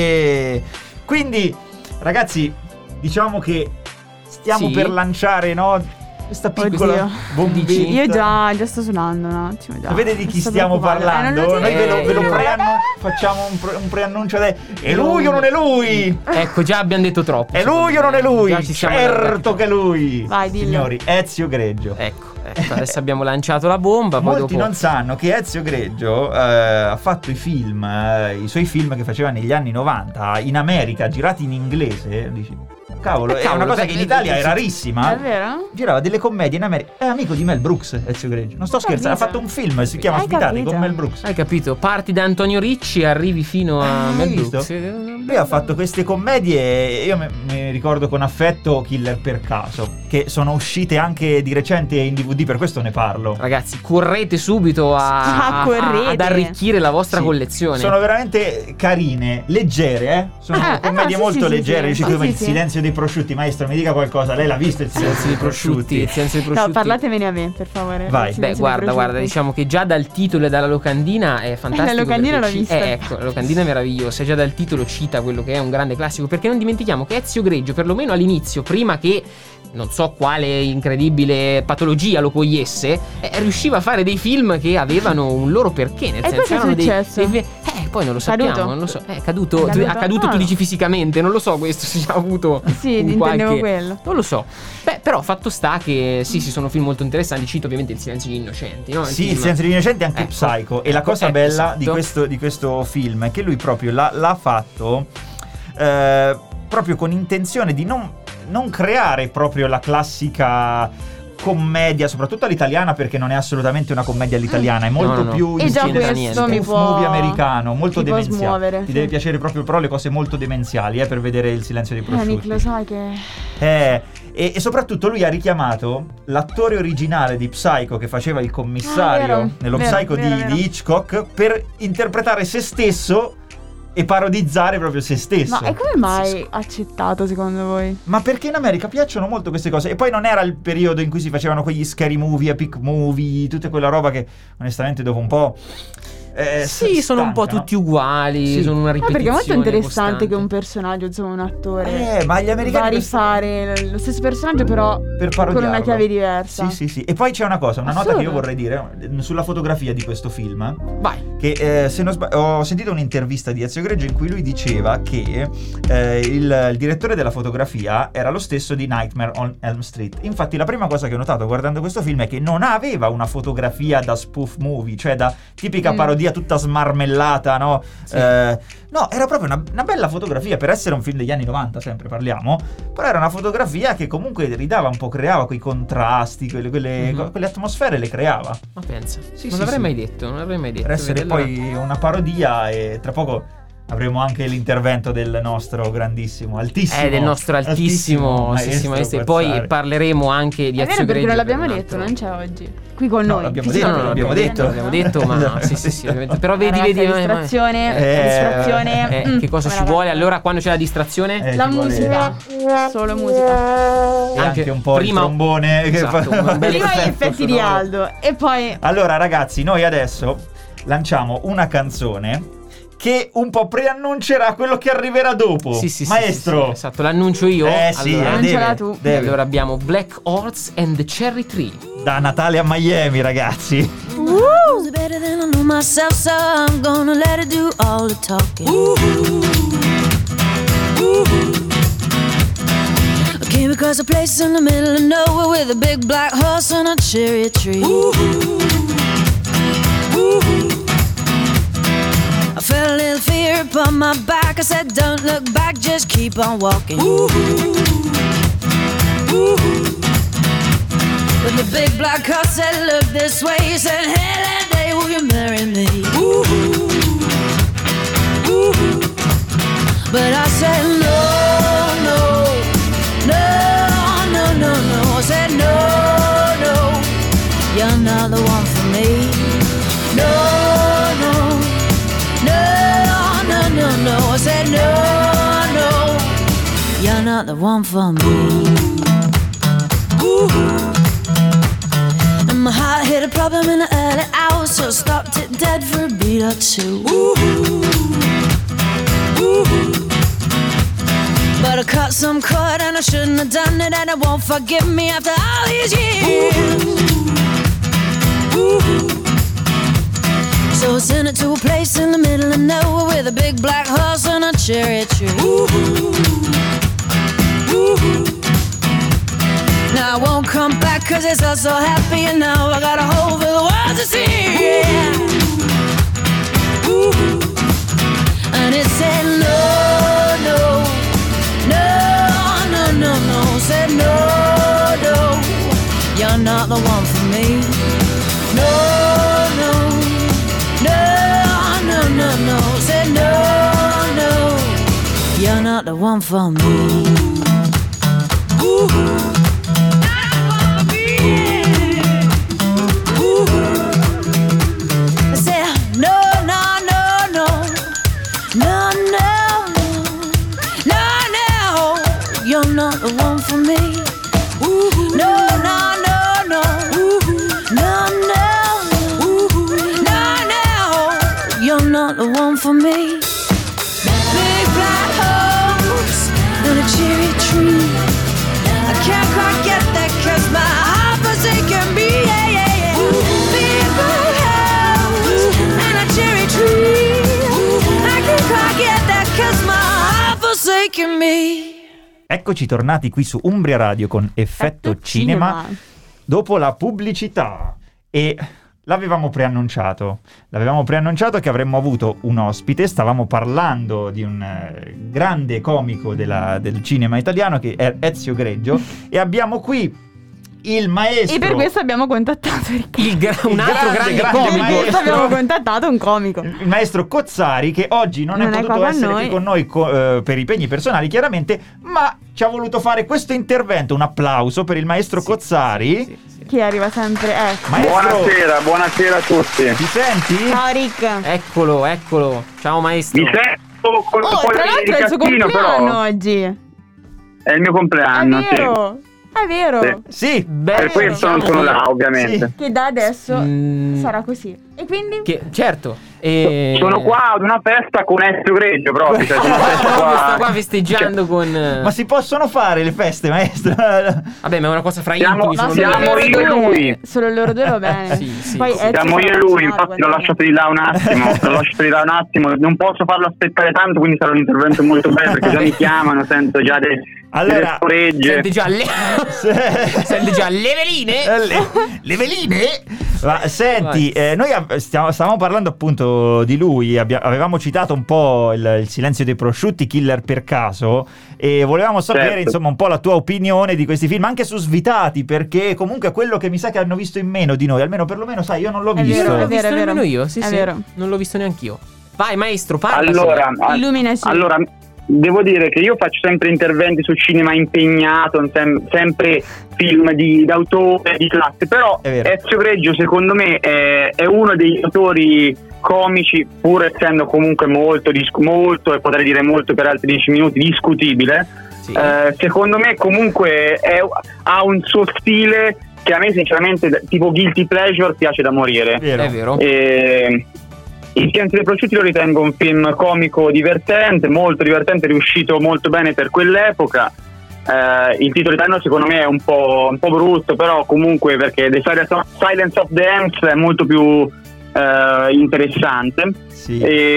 E quindi, ragazzi, diciamo che stiamo Sì. per lanciare, no? Questa piccola Oddio. bombetta. Io già, già sto sudando un attimo. Già. Sapete di Non chi sto stiamo preoccupando. parlando? Eh, non lo Noi ve lo, ve lo dire. preannu- facciamo un, pre- un preannuncio. De- è lui o non è lui? Ecco, già abbiamo detto troppo. È lui o non è lui? Già ci siamo Certo allargati. che è lui. Vai, dillo. Signori, Ezio Greggio. Ecco, ecco, adesso abbiamo lanciato la bomba, poi Molti dopo... non sanno che Ezio Greggio eh, ha fatto i film, eh, i suoi film che faceva negli anni novanta in America, girati in inglese. Dici, cavolo, Eh, è cavolo, una cosa beh, che in eh, Italia eh, è sì. rarissima. È vero? Girava delle commedie in America. È amico di Mel Brooks, Ezio Greggio. Non sto scherzando, ha capito. fatto un film, si chiama Hai Svitati capito. con Mel Brooks. Hai capito? Parti da Antonio Ricci e arrivi fino a Hai Mel visto? Brooks. Lui ha fatto queste commedie, io mi, mi ricordo con affetto Killer per caso, che sono uscite anche di recente in D V D, per questo ne parlo. Ragazzi, correte subito a, Ah, a- correte. ad arricchire la vostra Sì, collezione. Sono veramente carine, leggere, eh? Sono Ah, commedie ah, no, sì, molto sì, leggere. sì, Io sì. ci come Sì, Il sì. silenzio dei dei prosciutti, maestro, mi dica qualcosa. Lei l'ha visto il silenzio dei prosciutti? Il silenzio dei prosciutti. No, parlatemene a me, per favore. Vai. Beh, guarda, guarda, diciamo che già dal titolo e dalla locandina è fantastico. La locandina l'ho ci- vista. Eh, ecco, la locandina è meravigliosa. E già dal titolo cita quello che è un grande classico. Perché non dimentichiamo che Ezio Greggio, perlomeno all'inizio, prima che non so quale incredibile patologia lo cogliesse, eh, riusciva a fare dei film che avevano un loro perché. Nel E senso, poi che è erano dei, successo? dei- Eh, poi non lo sappiamo, Caduto? non lo so. È caduto. È caduto? Accaduto, tu Ah. dici fisicamente, non lo so questo se ha avuto. Sì, un intendevo qualche- quello. Non lo so. Beh, però fatto sta che sì, sì, sono film molto interessanti. Cito ovviamente Il silenzio degli innocenti, no? Sì, il film- silenzio degli innocenti e anche Ecco. Psycho. E la Ecco, cosa ecco, bella esatto. di, questo, di questo film è che lui proprio l'ha, l'ha fatto eh, proprio con intenzione di non, non creare proprio la classica commedia, soprattutto all'italiana, perché non è assolutamente una commedia all'italiana, è molto No, no, no. più E in già stile questo mi spoof può- movie americano, molto mi può demenziale. smuovere, Ti sì. deve piacere proprio però le cose molto demenziali, eh, per vedere Il silenzio dei Eh, Nick, prosciutti. lo sai che... Eh, e, e soprattutto lui ha richiamato l'attore originale di Psycho che faceva il commissario Ah, vero, nello vero, Psycho vero, di, vero. di Hitchcock per interpretare se stesso e parodizzare proprio se stesso. Ma e come mai accettato secondo voi? Ma perché in America piacciono molto queste cose. E poi non era il periodo in cui si facevano quegli scary movie, epic movie, tutta quella roba che onestamente dopo un po'... eh, Sì, sono un po' stanca, no? tutti uguali, Sì. sono una Ah, ripetizione perché è molto interessante costante. che un personaggio, insomma un attore, Eh, ma gli va a americani questo- rifare lo stesso personaggio però per con parodiarlo. una chiave diversa. Sì, sì, sì. E poi c'è una cosa, una nota che io Assurdo. vorrei dire eh, sulla fotografia di questo film. Vai. Che eh, se non sbaglio, ho sentito un'intervista di Ezio Greggio in cui lui diceva che eh, il, il direttore della fotografia era lo stesso di Nightmare on Elm Street. Infatti la prima cosa che ho notato guardando questo film è che non aveva una fotografia da spoof movie, cioè da tipica Mm. parodia tutta smarmellata, no? Sì. Eh, no, era proprio una, una bella fotografia per essere un film degli anni novanta, sempre parliamo, però era una fotografia che comunque ridava un po', creava quei contrasti, quelle, quelle, Mhm. quelle atmosfere le creava. Ma pensa, Sì, non sì, l'avrei sì. mai detto, non l'avrei mai detto. Per essere vedi, allora- poi una parodia, e tra poco avremo anche l'intervento del nostro grandissimo, altissimo Eh, del nostro altissimo, sì, sì, maestro. E poi Guazzari. parleremo anche di È Ezio vero perché Greggio non l'abbiamo per un detto, altro- non c'è oggi. Qui con No, noi. l'abbiamo Fisicamente. detto, no, no, l'abbiamo detto. l'abbiamo detto, ma sì, sì, sì, ovviamente. Però vedi, Ragazzi, vedi, la ma- distrazione, Eh, la distrazione. eh, mm, che cosa ci ragazzi. vuole allora quando c'è la distrazione? Eh, La ci vuole- musica, solo musica. E anche un po' prima- il trombone che Esatto, fa un bel Prima gli effetto effetti di sonoro. Aldo e poi Allora ragazzi, noi adesso lanciamo una canzone che un po' preannuncerà quello che arriverà dopo. Sì, sì, sì, Maestro. sì, sì, esatto, l'annuncio io. Eh sì, allora, eh, Lanciala deve, tu. deve. allora abbiamo Black Horse and the Cherry Tree. Da Natale a Miami, ragazzi. Woo! Better than I know myself, so I'm gonna let her do all the talking. I came across a place in the middle of nowhere with a big black horse and a cherry tree. I felt a little fear upon my back. I said, don't look back, just keep on walking. But the big black horse said, look this way. He said, hey, that day, will you marry me? But I said, no, no, no, no, no, no. I said, no, no, you're not the one for me. No, no, no, no, no, no. I said, no, no, you're not the one for me. And my heart hit a problem in the early hours, so I stopped it dead for a beat or two. But I cut some cord and I shouldn't have done it, and it won't forgive me after all these years. So I sent it to a place in the middle of nowhere with a big black horse and a cherry tree. Now I won't come back cause it's all so happy, and now I got a hole for the world to see. Yeah. And it said no, no, no, no, no, no. Said no, no, you're not the one for me. No, no, no, no, no, no. Said no, no, you're not the one for me. Ooh. You're not Big black holes and a cherry tree. I can't quite get that cause my heart forsaken me. Yeah, yeah, yeah. Big black holes and a cherry tree. I can't quite get that cause my heart forsaken me. Eccoci tornati qui su Umbria Radio con Effetto Cinema, Cinema dopo la pubblicità, e l'avevamo preannunciato, l'avevamo preannunciato che avremmo avuto un ospite. Stavamo parlando di un eh, grande comico della, del cinema italiano che è Ezio Greggio, e abbiamo qui il maestro, e per questo abbiamo contattato il gra- un il altro grande, grande, grande comico. maestro, per questo abbiamo contattato un comico, il maestro Cozzari, che oggi non, non è è potuto qua essere con noi. qui con noi co- eh, per impegni personali chiaramente, ma ci ha voluto fare questo intervento. Un applauso per il maestro sì, Cozzari, sì, sì, sì. che arriva sempre. Ecco. Maestro, buonasera, buonasera a tutti. Ti senti? Ciao Rick. Eccolo, eccolo. Ciao maestro. Mi sento con Oh, un po' tra l'altro è il suo cazzino, compleanno però oggi. è il mio compleanno, È vero. sì. È vero. Sì, sì. Beh, per questo non sono là, ovviamente. Sì. Che da adesso mm. sarà così. E quindi? Che, certo. E... Sono qua ad una festa con Ezio Greggio proprio. Cioè, sono qua. qua... qua festeggiando con. Ma si possono fare le feste, maestro? Vabbè, ma è una cosa fra siamo, intimi. Sono siamo io e lui. Solo loro due va bene. Sì, sì. Poi siamo io e lui, infatti l'ho lasciato di là un attimo. L'ho lasciato di là un attimo. Non posso farlo aspettare tanto, quindi sarà un intervento molto bello, perché già mi chiamano, sento già dei. Allora, sente già le sente già le veline le, le veline. Ma senti, eh, noi av- stiamo, stavamo parlando appunto di lui, abbia- avevamo citato un po' il, il Silenzio dei prosciutti, Killer per caso, e volevamo sapere certo. insomma un po' la tua opinione di questi film, anche su Svitati, perché comunque è quello che mi sa che hanno visto in meno di noi, almeno perlomeno, sai, io non l'ho è visto. Vero, non l'ho è vero, visto è vero. nemmeno io, sì, è sì. vero. Non l'ho visto neanch'io. Vai maestro, parla. Allora, illuminaci. allora devo dire che io faccio sempre interventi su cinema impegnato, sem- sempre film di d'autore, di classe, però Ezio Greggio secondo me è, è uno degli autori comici, pur essendo comunque molto, dis- molto e potrei dire molto per altri dieci minuti, discutibile. Sì. Eh, secondo me comunque è, ha un suo stile che a me sinceramente tipo guilty pleasure piace da morire. Vero. È vero. E, Il Silenzio dei prosciutti lo ritengo un film comico divertente, molto divertente, riuscito molto bene per quell'epoca. Eh, il titolo italiano secondo me è un po', un po' brutto, però comunque perché The Silence of the Lambs è molto più eh, interessante. Sì.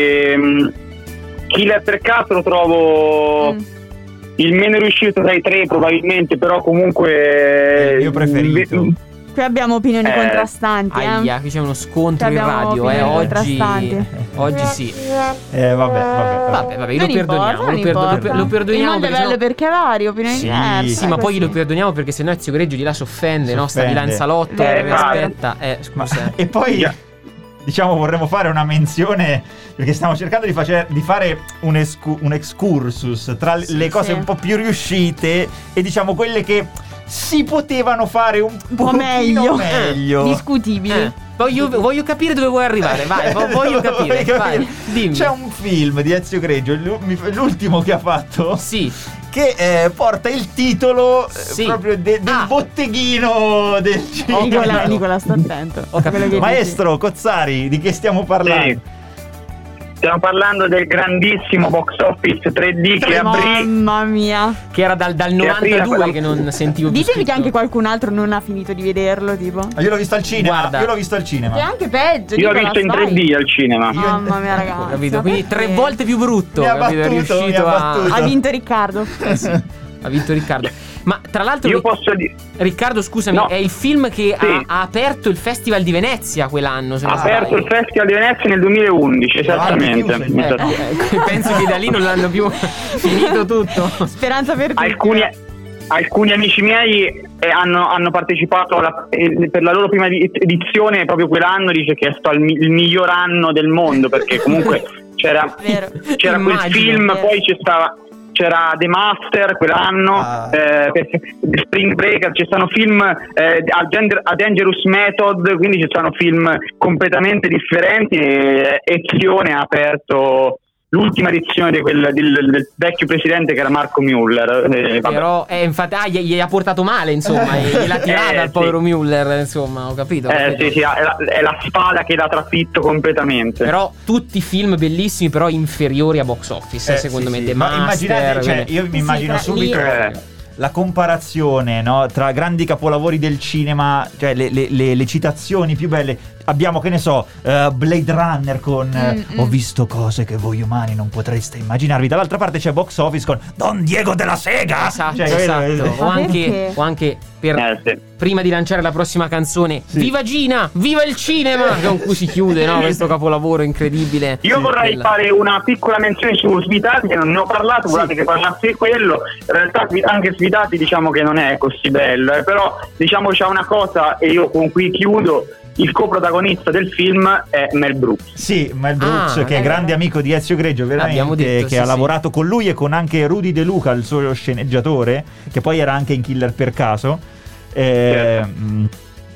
E, Killer per caso lo trovo mm. il meno riuscito tra i tre probabilmente, però comunque è il mio preferito. Qui abbiamo opinioni eh, qui aia, qui c'è uno scontro in radio, eh, oggi oggi sì. Eh vabbè, vabbè. Vabbè, vabbè, non lo perdoniamo, importa, lo, perdo- lo, lo perdoniamo. Il mondo è bello sennò... perché varie opinioni sì, diverse. sì, ma poi lo perdoniamo perché sennò Ezio Greggio di là si offende, no? Sta di là in salotto, eh, aspetta, eh, scusa. Ma, e poi yeah. diciamo vorremmo fare una menzione, perché stiamo cercando di, face- di fare un, escu- un excursus tra sì, le cose sì. un po' più riuscite e diciamo quelle che si potevano fare un, un po' meglio, meglio. Eh, discutibili. Eh. Voglio, voglio capire dove vuoi arrivare, vai, voglio capire, vai, dimmi. C'è un film di Ezio Greggio, l'ultimo che ha fatto, sì, che eh, porta il titolo sì. eh, proprio de- del ah. botteghino del cinema. Nicola, Nicola sta attento. Maestro Cozzari, di che stiamo parlando? Sì. Stiamo parlando del grandissimo box office tre D che aprì. Mamma mia. Che era dal, dal novantadue che non sentivo più. Ditemi che anche qualcun altro non ha finito di vederlo, tipo. Io l'ho visto al cinema. Guarda. Io l'ho visto al cinema. Che è anche peggio. Io l'ho visto in tre D al cinema. Mamma mia, ragazzi. Ho capito. Quindi tre volte più brutto. Mi ha capito? È battuto, riuscito mi ha a. battuto. Ha vinto Riccardo. Eh sì. Ha vinto Riccardo. Ma tra l'altro io Ric- posso dire Riccardo, scusami, no. è il film che sì. ha, ha aperto il Festival di Venezia quell'anno. Se ha non aperto sbaglio. il Festival di Venezia nel duemilaundici, esattamente. Eh, eh, penso che da lì non l'hanno più finito tutto. Speranza per tutti. Alcuni, alcuni amici miei eh, hanno, hanno partecipato alla, eh, per la loro prima edizione proprio quell'anno, dice che è stato il, il miglior anno del mondo, perché comunque c'era, c'era quel film, vero. Poi c'è stava c'era The Master quell'anno, ah. eh, Spring Breaker, ci sono film eh, A Dangerous Method, quindi ci sono film completamente differenti e Ezione ha aperto l'ultima edizione di quel, del, del vecchio presidente che era Marco Müller. Eh, Però eh, infatti ah, gli, gli ha portato male, insomma, e gliel'ha tirata eh, al povero sì. Müller, insomma, ho capito. Eh, capito. sì, sì, è la, è la spada che l'ha trafitto completamente. Però tutti film bellissimi, però inferiori a box office, Eh, secondo sì, me. sì. The Ma Master, immaginate, cioè, quelle- io mi immagino sì, subito Eh. la comparazione, no, tra grandi capolavori del cinema, cioè le, le- le- le citazioni più belle. Abbiamo, che ne so, eh, Blade Runner con eh, Mm, mm. ho visto cose che voi umani non potreste immaginarvi. Dall'altra parte c'è Box Office con Don Diego della Sega. Esatto, Cioè, quello è- esatto. O Ma anche, perché? o anche per Eh, sì. prima di lanciare la prossima canzone, Viva Gina, viva il cinema, con cui si chiude, no, questo capolavoro incredibile. Io vorrei Della- fare una piccola menzione su Svitati, che non ne ho parlato, volete che parlassi di quello. In realtà Svi- anche Svitati diciamo che non è così bello, eh, però diciamo c'è una cosa, e io con cui chiudo: il coprotagonista del film è Mel Brooks. Sì, Mel Brooks, Ah, che è eh, grande amico di Ezio Greggio, veramente, Abbiamo detto, che sì, ha sì. lavorato con lui e con anche Rudy De Luca, il suo sceneggiatore, che poi era anche in Killer per caso, eh, Certo. mh,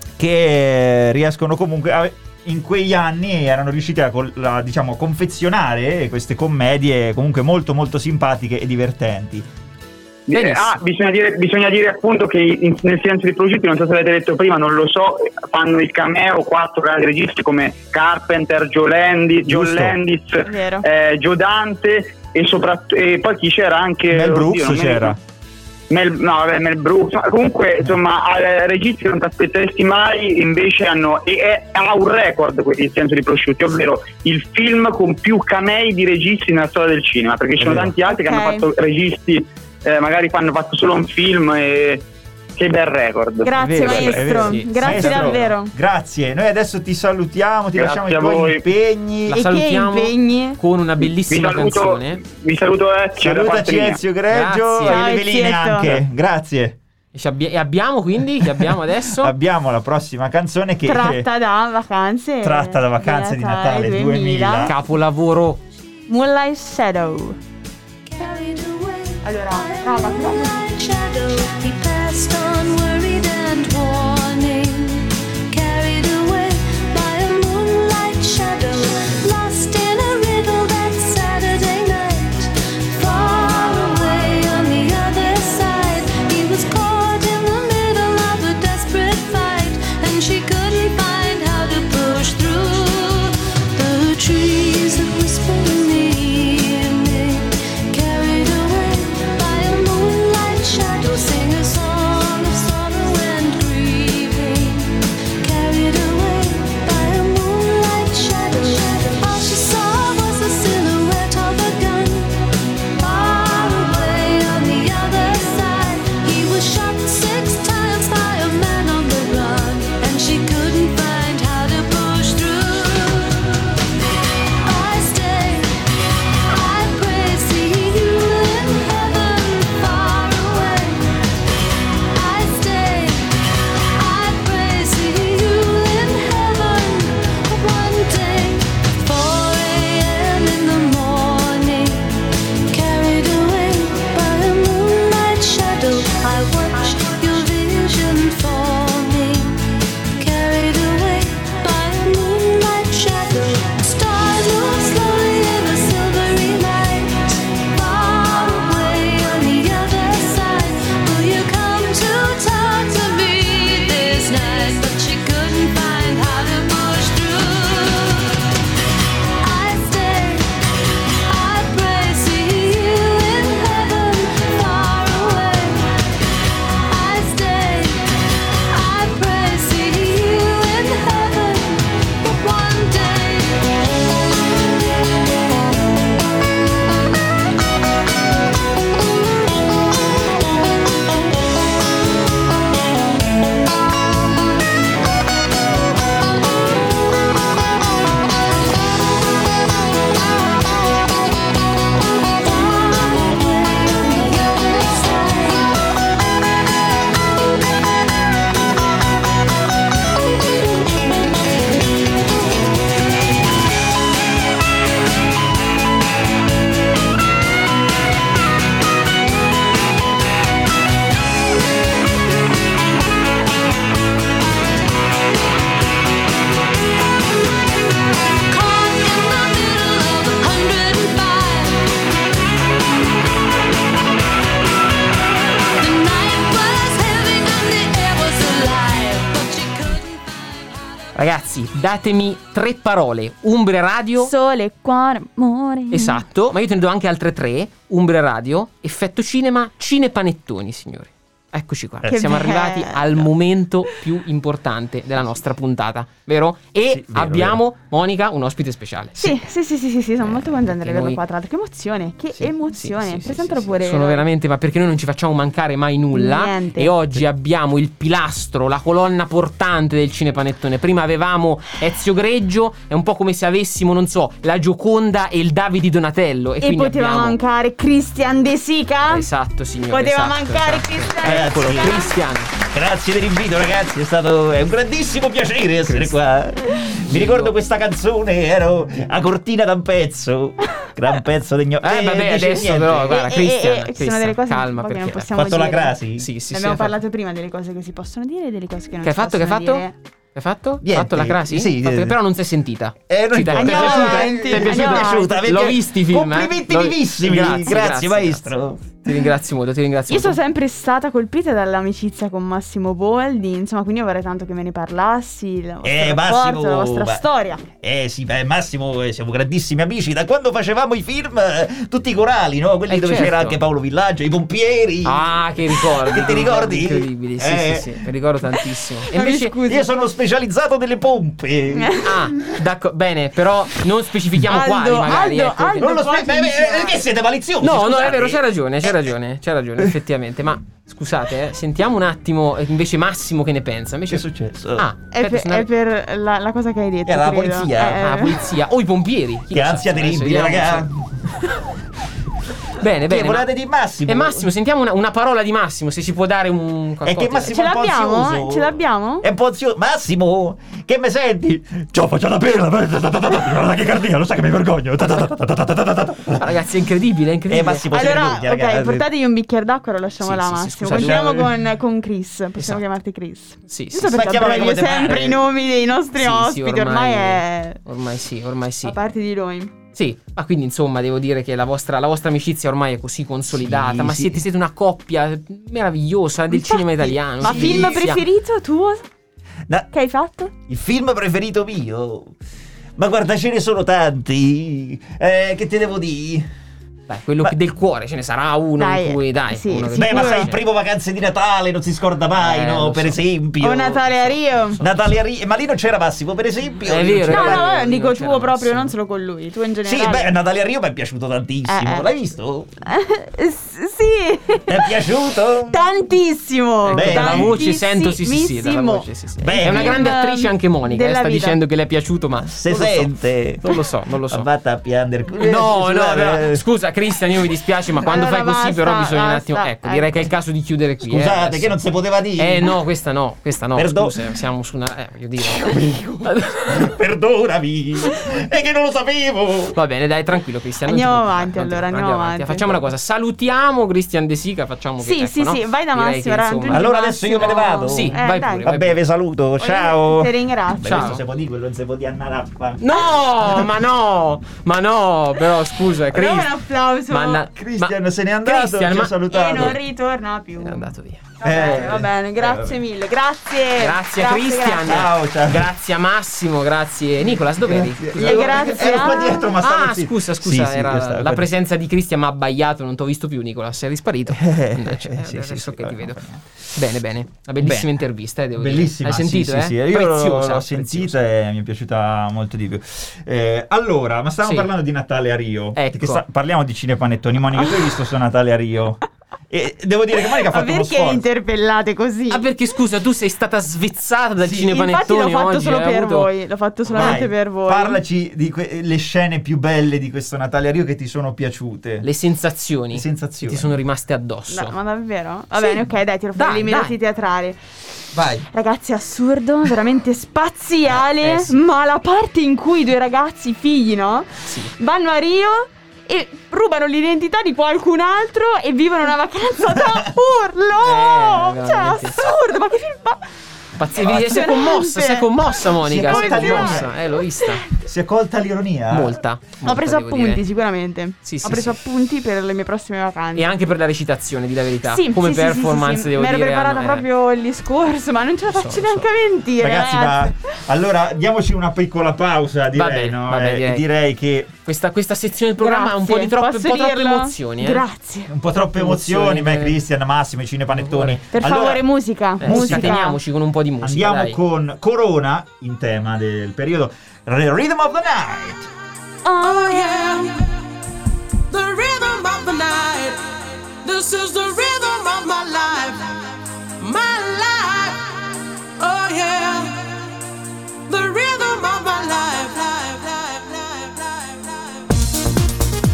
che riescono comunque a, in quegli anni erano riusciti a, col- a, diciamo, confezionare queste commedie comunque molto molto simpatiche e divertenti. Benissimo. Ah, bisogna dire, bisogna dire appunto che in- nel Silenzio dei prosciutti, non so se avete detto prima, non lo so, fanno il cameo quattro grandi registi come Carpenter, Joe Landis, John Giusto. Landis, Vero. eh, Joe Dante e, soprattutto, e poi chi c'era anche Mel Brooks oddio, non mi c'era. ricordo. Mel, no, vabbè, Mel Brooks. Ma comunque, insomma, eh, registi che non ti aspetteresti mai, invece hanno e è, ha un record il Silenzio dei prosciutti, ovvero il film con più camei di registi nella storia del cinema, perché ci sono vero. tanti altri Ok. che hanno fatto registi, eh, magari hanno fatto solo un film e che bel record. Grazie È vero, è maestro, vero, sì. grazie Maestro, davvero. Grazie, noi adesso ti salutiamo, ti Grazie lasciamo i a tuoi voi. impegni. La E che salutiamo impegni? con una Vi bellissima saluto, canzone. vi saluto Ezio da parte Salutaci mia. Ezio Greggio Grazie. e le Ciao, veline Ezietto. anche. Grazie. E ci abbia- e abbiamo quindi, che abbiamo adesso? Abbiamo la prossima canzone che Tratta da vacanze. Tratta da vacanze di Natale duemila. Capolavoro. Moonlight Shadow. Allora, brava, brava. He passed on worried and warning, carried away by a moonlight shadow, lost in a riddle that Saturday night. Far away on the other side, he was caught in the middle of a desperate fight, and she couldn't find how to push through the trees that whisper in the evening, carried away by a moonlight shadow. Sing a song of sorrow ragazzi, datemi tre parole. Umbria Radio, sole, cuore, amore. esatto, ma io te ne do anche altre tre. Umbria Radio, Effetto Cinema, Cinepanettoni, signori. Eccoci qua, Che siamo bello. arrivati al momento più importante della nostra puntata, vero? E Sì, vero, abbiamo, Monica, un ospite speciale. Sì, sì, sì, sì, sì, sì, sono molto contenta di perché averlo noi- qua, tra l'altro. Che emozione, che Sì, emozione. sì, sì, sì, Presentalo sì, sì. pure. Sono veramente, ma perché noi non ci facciamo mancare mai nulla. Niente. E oggi abbiamo il pilastro, la colonna portante del cinepanettone. Prima avevamo Ezio Greggio, è un po' come se avessimo, non so, la Gioconda e il Davide Donatello. E, E quindi poteva abbiamo... mancare Christian De Sica. Esatto, signore. Poteva esatto, mancare esatto. Christian De Eccolo, Sica. Cristian. Grazie dell'invito, ragazzi, è stato è un grandissimo piacere essere qua. Mi ricordo questa canzone, ero a Cortina da un pezzo, gran pezzo degno. Eh, vabbè, dice adesso niente. però, guarda, E- e- Cristian, e- ci sono Cristian, delle cose calma, un po' che non perché possiamo Fatto la dire. crasi? Sì, sì, Ne sì. abbiamo ha fatto- parlato prima delle cose che si possono dire e delle cose che non Che hai si fatto? Che hai possono fatto? dire. Che hai fatto? Hai Niente. fatto la crasi? Sì, Fatto- eh. però non si è sentita. Eh, non Ci tengo. importa. Ti è Andiamo piaciuta? avanti, Ti è andiamo piaciuta? avanti. L'ho Perché- visti i film. eh? Complimenti L'ho- vivissimi. Grazie, maestro. Ti ringrazio molto, ti ringrazio Io sono molto. sempre stata colpita dall'amicizia con Massimo Boldi, insomma, quindi io vorrei tanto che me ne parlassi, il vostro Eh, rapporto, Massimo, la vostra ma- storia. Eh sì, beh, Massimo, eh, siamo grandissimi amici da quando facevamo i film, eh, tutti i corali, no? Quelli Eh, dove certo. c'era anche Paolo Villaggio, i pompieri. Ah, che ricordi. Che ti ricordi? Incredibili, sì, Eh. sì, sì, mi ricordo tantissimo. E Ma mi invece... scusi. Io sono specializzato nelle pompe. Ah, d'accordo, bene, però non specifichiamo Aldo, quali magari. Aldo, ecco, Aldo, Non lo poi spe- beh, ti beh, dicevo- che siete maliziosi? No, no, scusate. è vero, c'è ragione, c'è ragione, c'è ragione, effettivamente. Ma scusate, eh, sentiamo un attimo eh, invece Massimo che ne pensa. Invece... Che è successo? Ah, È aspetta, per, sono- è per la, la cosa che hai detto. Era la credo. polizia? Eh, Ah, la polizia o i pompieri. Chi Che lo sa? ansia Adesso terribile, vediamo raga. se- Bene, Che bene. volete ma- di Massimo? E Massimo, sentiamo una, una parola di Massimo, se si può dare un È qualcosa. che Massimo Ce è un po' l'abbiamo? ansioso. Ce l'abbiamo? È un po' ansioso. Massimo, che mi senti? Ciao, faccio la pena. Guarda che cardia, lo sai che mi vergogno. Ah, ragazzi, è incredibile, è incredibile. Eh, Massimo, se Allora, ne dubbia, ok, ragazzi. portategli un bicchiere d'acqua e lo lasciamo Sì, là, sì, sì, Massimo. scusate. Continuiamo con, con Chris. Possiamo Esatto. chiamarti Chris. Sì, sì, Non so sì. perché Ma chiamami abbreviamo come te sempre pare. i nomi dei nostri Sì, sì, ospiti, ormai, è Ormai sì, ormai sì. a parte di noi. Sì, ma quindi insomma devo dire che la vostra, la vostra amicizia ormai è così consolidata. Sì, ma sì. siete, siete una coppia meravigliosa del Infatti, cinema italiano. Ma sì, film sì. preferito tuo? No, Che hai fatto? il film preferito mio? Ma guarda, ce ne sono tanti. Eh, che te devo dire? Dai, quello Ma- che del cuore ce ne sarà uno Dai, in cui dai. sì, uno che sì. Beh, ma Sicuro. sai, il primo Vacanze di Natale non si scorda mai, Eh, no? lo Per so. esempio. O Natale a Rio? Natale a Rio. Ma lì non c'era Massimo, per esempio. È Lì vero, non No, c'era- no, no, non dico c'era tuo proprio, Massimo. non solo con lui, tu in Sì, generale. beh, Natale a Rio mi è piaciuto tantissimo. Eh, eh. L'hai visto? Eh, s- sì. Ti è piaciuto? Tantissimo. Ecco, Beh, dalla voce sento sì sì sì, dalla Tantissimo. voce sì sì. Beh, è una film grande attrice anche Monica, eh, della sta vita. dicendo che le è piaciuto, ma Se non lo so. sente. Non lo so, non lo so. Vatta a piangere. No, no, Scusate. no, scusa Cristian, io mi dispiace, ma quando Allora, fai così basta, però bisogna un basta. attimo. Ecco, direi che è il caso di chiudere qui. eh, Scusate, adesso. che non si poteva dire. Eh no, questa no, questa no. Perdo- Scusa, siamo su una. Eh, voglio dire. Perdonami. È che non lo sapevo. Va bene, dai, tranquillo, Cristian. non ti Andiamo preoccupare, avanti, non ti allora, preoccupare, andiamo avanti. Facciamo una cosa, salutiamo Cristian De Sica, facciamo Sì, che, sì, ecco, sì, no? vai da Direi Massimo, che, raggiungi insomma- Allora adesso io me ne Massimo. vado? Sì, Eh, vai dai. pure, vai Vabbè, vi saluto. Ciao. Ti ringrazio. Beh, Ciao. questo se può dire, quello non si può dire a Narappa. No, ma no, ma no, però scusa, Però un Cristian. applauso. Ma na- Cristian ma- se n'è andato, Cristian, ci ha ma- salutato. E non ritorna più. È andato via. Va bene, Eh, va bene, grazie eh, vabbè. mille, grazie. Grazie a Cristian. grazie. Ciao, ciao. Grazie a Massimo, grazie. Nicolas, dov'eri? E grazie Ero qua a- dietro, ma stavo Ah, zitto. scusa, scusa, Sì, sì, era questa- la questa- presenza di Cristian mi ha abbaiato, non ti ho visto più, Nicolas, sei risparito. Invece, eh, sì, adesso sì, sì, che ti va vedo. bene. Bene, bene, una bellissima Bene. intervista, eh, devo Bellissima, dire. Hai sentito, sì, eh? sì, sì. Io Preziosa, l'ho sentita e mi è piaciuta molto di più. Eh, allora, ma stavamo Sì. parlando di Natale a Rio. Ecco. Perché sta- parliamo di cinepanettoni. Monica, tu hai visto sto Natale a Rio? E devo dire che Monica ha Ma fatto uno perché sforzo. interpellate così? Ah, perché scusa, tu sei stata svezzata dal Sì, cinepanettone Infatti l'ho fatto oggi, solo hai per avuto- voi, l'ho fatto solamente Vai, per voi. Parlaci di que- le scene più belle di questo Natale a Rio che ti sono piaciute. Le sensazioni, Le sensazioni. che ti sono rimaste addosso. No, ma davvero? Va Sì. bene, ok, dai, tiro fuori Dai, i minuti dai. teatrali. Vai. Ragazzi, assurdo, veramente spaziale, Eh, sì. ma la parte in cui i due ragazzi, figli, no? Sì. Vanno a Rio e rubano l'identità di qualcun altro e vivono una vacanza da urlo! Eh, cioè, veramente. assurdo, ma che film fa? Pazzesco, si è commossa, si è commossa Monica, si è, si è commossa, eh, l'ho vista. Si è colta l'ironia? Molta. molta Ho preso appunti dire. sicuramente. Sì, sì, Ho preso sì. appunti per le mie prossime vacanze. E anche per la recitazione, di la verità. Sì, come sì, performance sì, sì, sì. devo Mi ero dire. preparata hanno- proprio il discorso, ma non ce la Lo faccio so, lo neanche so. a mentire. Ragazzi, ma allora diamoci una piccola pausa, direi, Vabbè, no? vabbè, Eh, direi. direi che Questa, questa sezione del programma ha un po' di troppe, Posso un po' troppe dirlo? emozioni. Eh. Grazie. un po' troppe emozioni, ma Cristian, Massimo, i cinepanettoni. Per Allora, favore, musica. Eh, musica. Teniamoci con un po' di musica. andiamo dai. con Corona in tema del periodo Rhythm of the Night. Oh yeah, the rhythm of the night. This is the rhythm of my life, my life. Oh yeah, the rhythm of my life, life, life, life, life, life.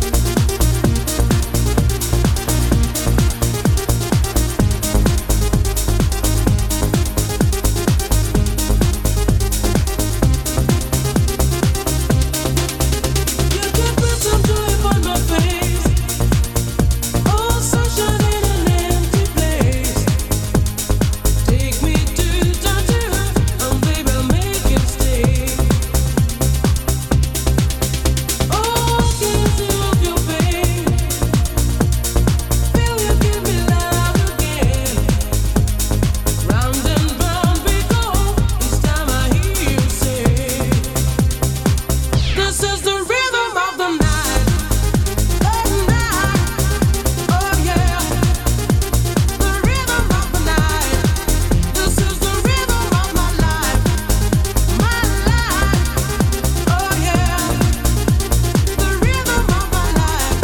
You can put some joy upon my face. Oh, sunshine in an empty place. Take me to danger, and baby, I'll make it stay. Oh, can't you love your pain? Feel you give me love again. Round and round we go. Each time I hear you say, this is the rhythm of the night. Oh, night. Oh, yeah. The rhythm of the night. This is the rhythm of my life. My life. Oh, yeah. The rhythm of my life.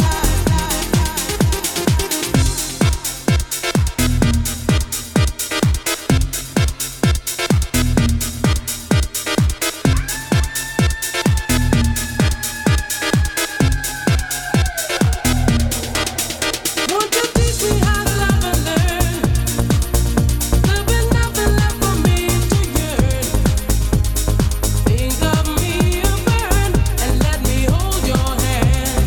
Won't you teach me how to love and learn? There'll be nothing left for me to yearn. Think of me and burn, and let me hold your hand.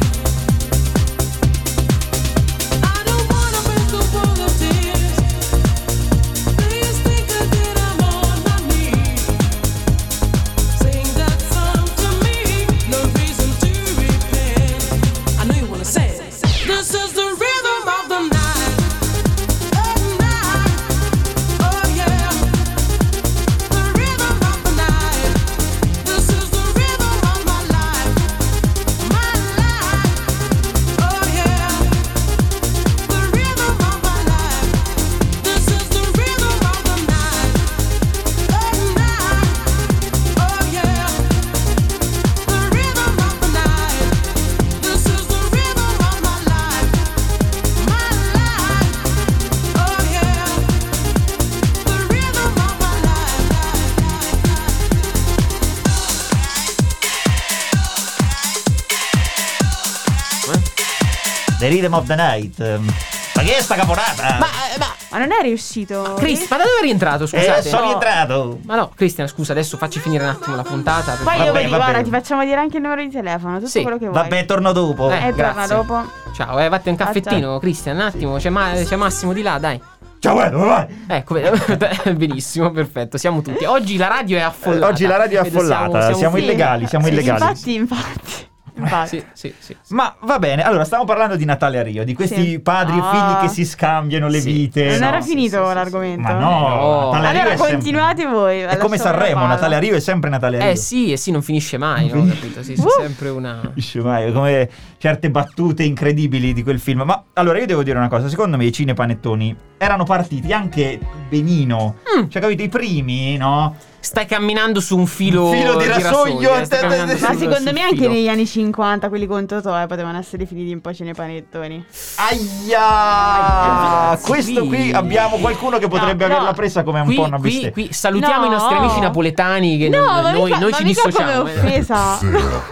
I don't wanna break the wall of tears. Please think again, I'm on my knees. Sing that song to me, no reason to repent. I know you wanna say it. This is the rhythm of the night. Oh, night. Oh, yeah. The rhythm of the night. This is the rhythm of my life. My life. Oh, yeah. The rhythm of my life. This is the rhythm of the night. Oh, night. Oh, yeah. The rhythm of the night. This is the rhythm of my life. My life. Oh, yeah. The rhythm of my The Rhythm of the Night. Ma che è sta caponata? Ma, ma, Ma non è riuscito. Chris, ma da dove è rientrato? Scusate. Eh, sono rientrato. Ma no, Cristian, scusa, adesso facci finire un attimo la puntata. per Poi io favore. Vabbè, vedi, vabbè. guarda, ti facciamo dire anche il numero di telefono, tutto Sì, quello che vuoi. Vabbè, torno dopo. Eh, E torna grazie. dopo. Ciao, eh, vatti un Ciao, caffettino, Cristian, un attimo. C'è, Ma- c'è Massimo di là, dai. Ciao, eh, dove vai? Ecco, benissimo, perfetto, siamo tutti. Oggi la radio è affollata. Oggi la radio è Vedo, affollata, siamo qui. illegali, siamo Sì, illegali. Infatti, infatti. infatti. Sì, sì, sì. sì. Ma va bene, allora stiamo parlando di Natale a Rio, di questi Sì. padri Ah. e figli che si scambiano le Sì. vite. Non no? era sì, finito sì, sì, l'argomento? Ma no, No. Natale a Rio Allora è sempre- continuate voi. È come lascio la Sanremo, palla. Natale a Rio è sempre Natale a Rio. Eh sì, e sì, non finisce mai, no? Capito? Sì, sì, Uh. sempre una... Capisci mai? Come certe battute incredibili di quel film. Ma allora io devo dire una cosa, secondo me i cinepanettoni erano partiti anche benino. Mm. Cioè, capito, i primi, no? Stai camminando su un filo, Un filo di rasoio, eh, stai te- camminando te- su- Ma secondo sul me anche filo. negli anni cinquanta quelli con Totò eh, potevano essere finiti un po' cinepanettoni. Aia! Ragazzi, Questo qui qui- abbiamo qualcuno che potrebbe No, no. averla presa come un Qui, po' una qui, bistecca. qui salutiamo No. i nostri amici napoletani che No, non- ma noi, mica, noi ma ci mica dissociamo. come eh. offesa.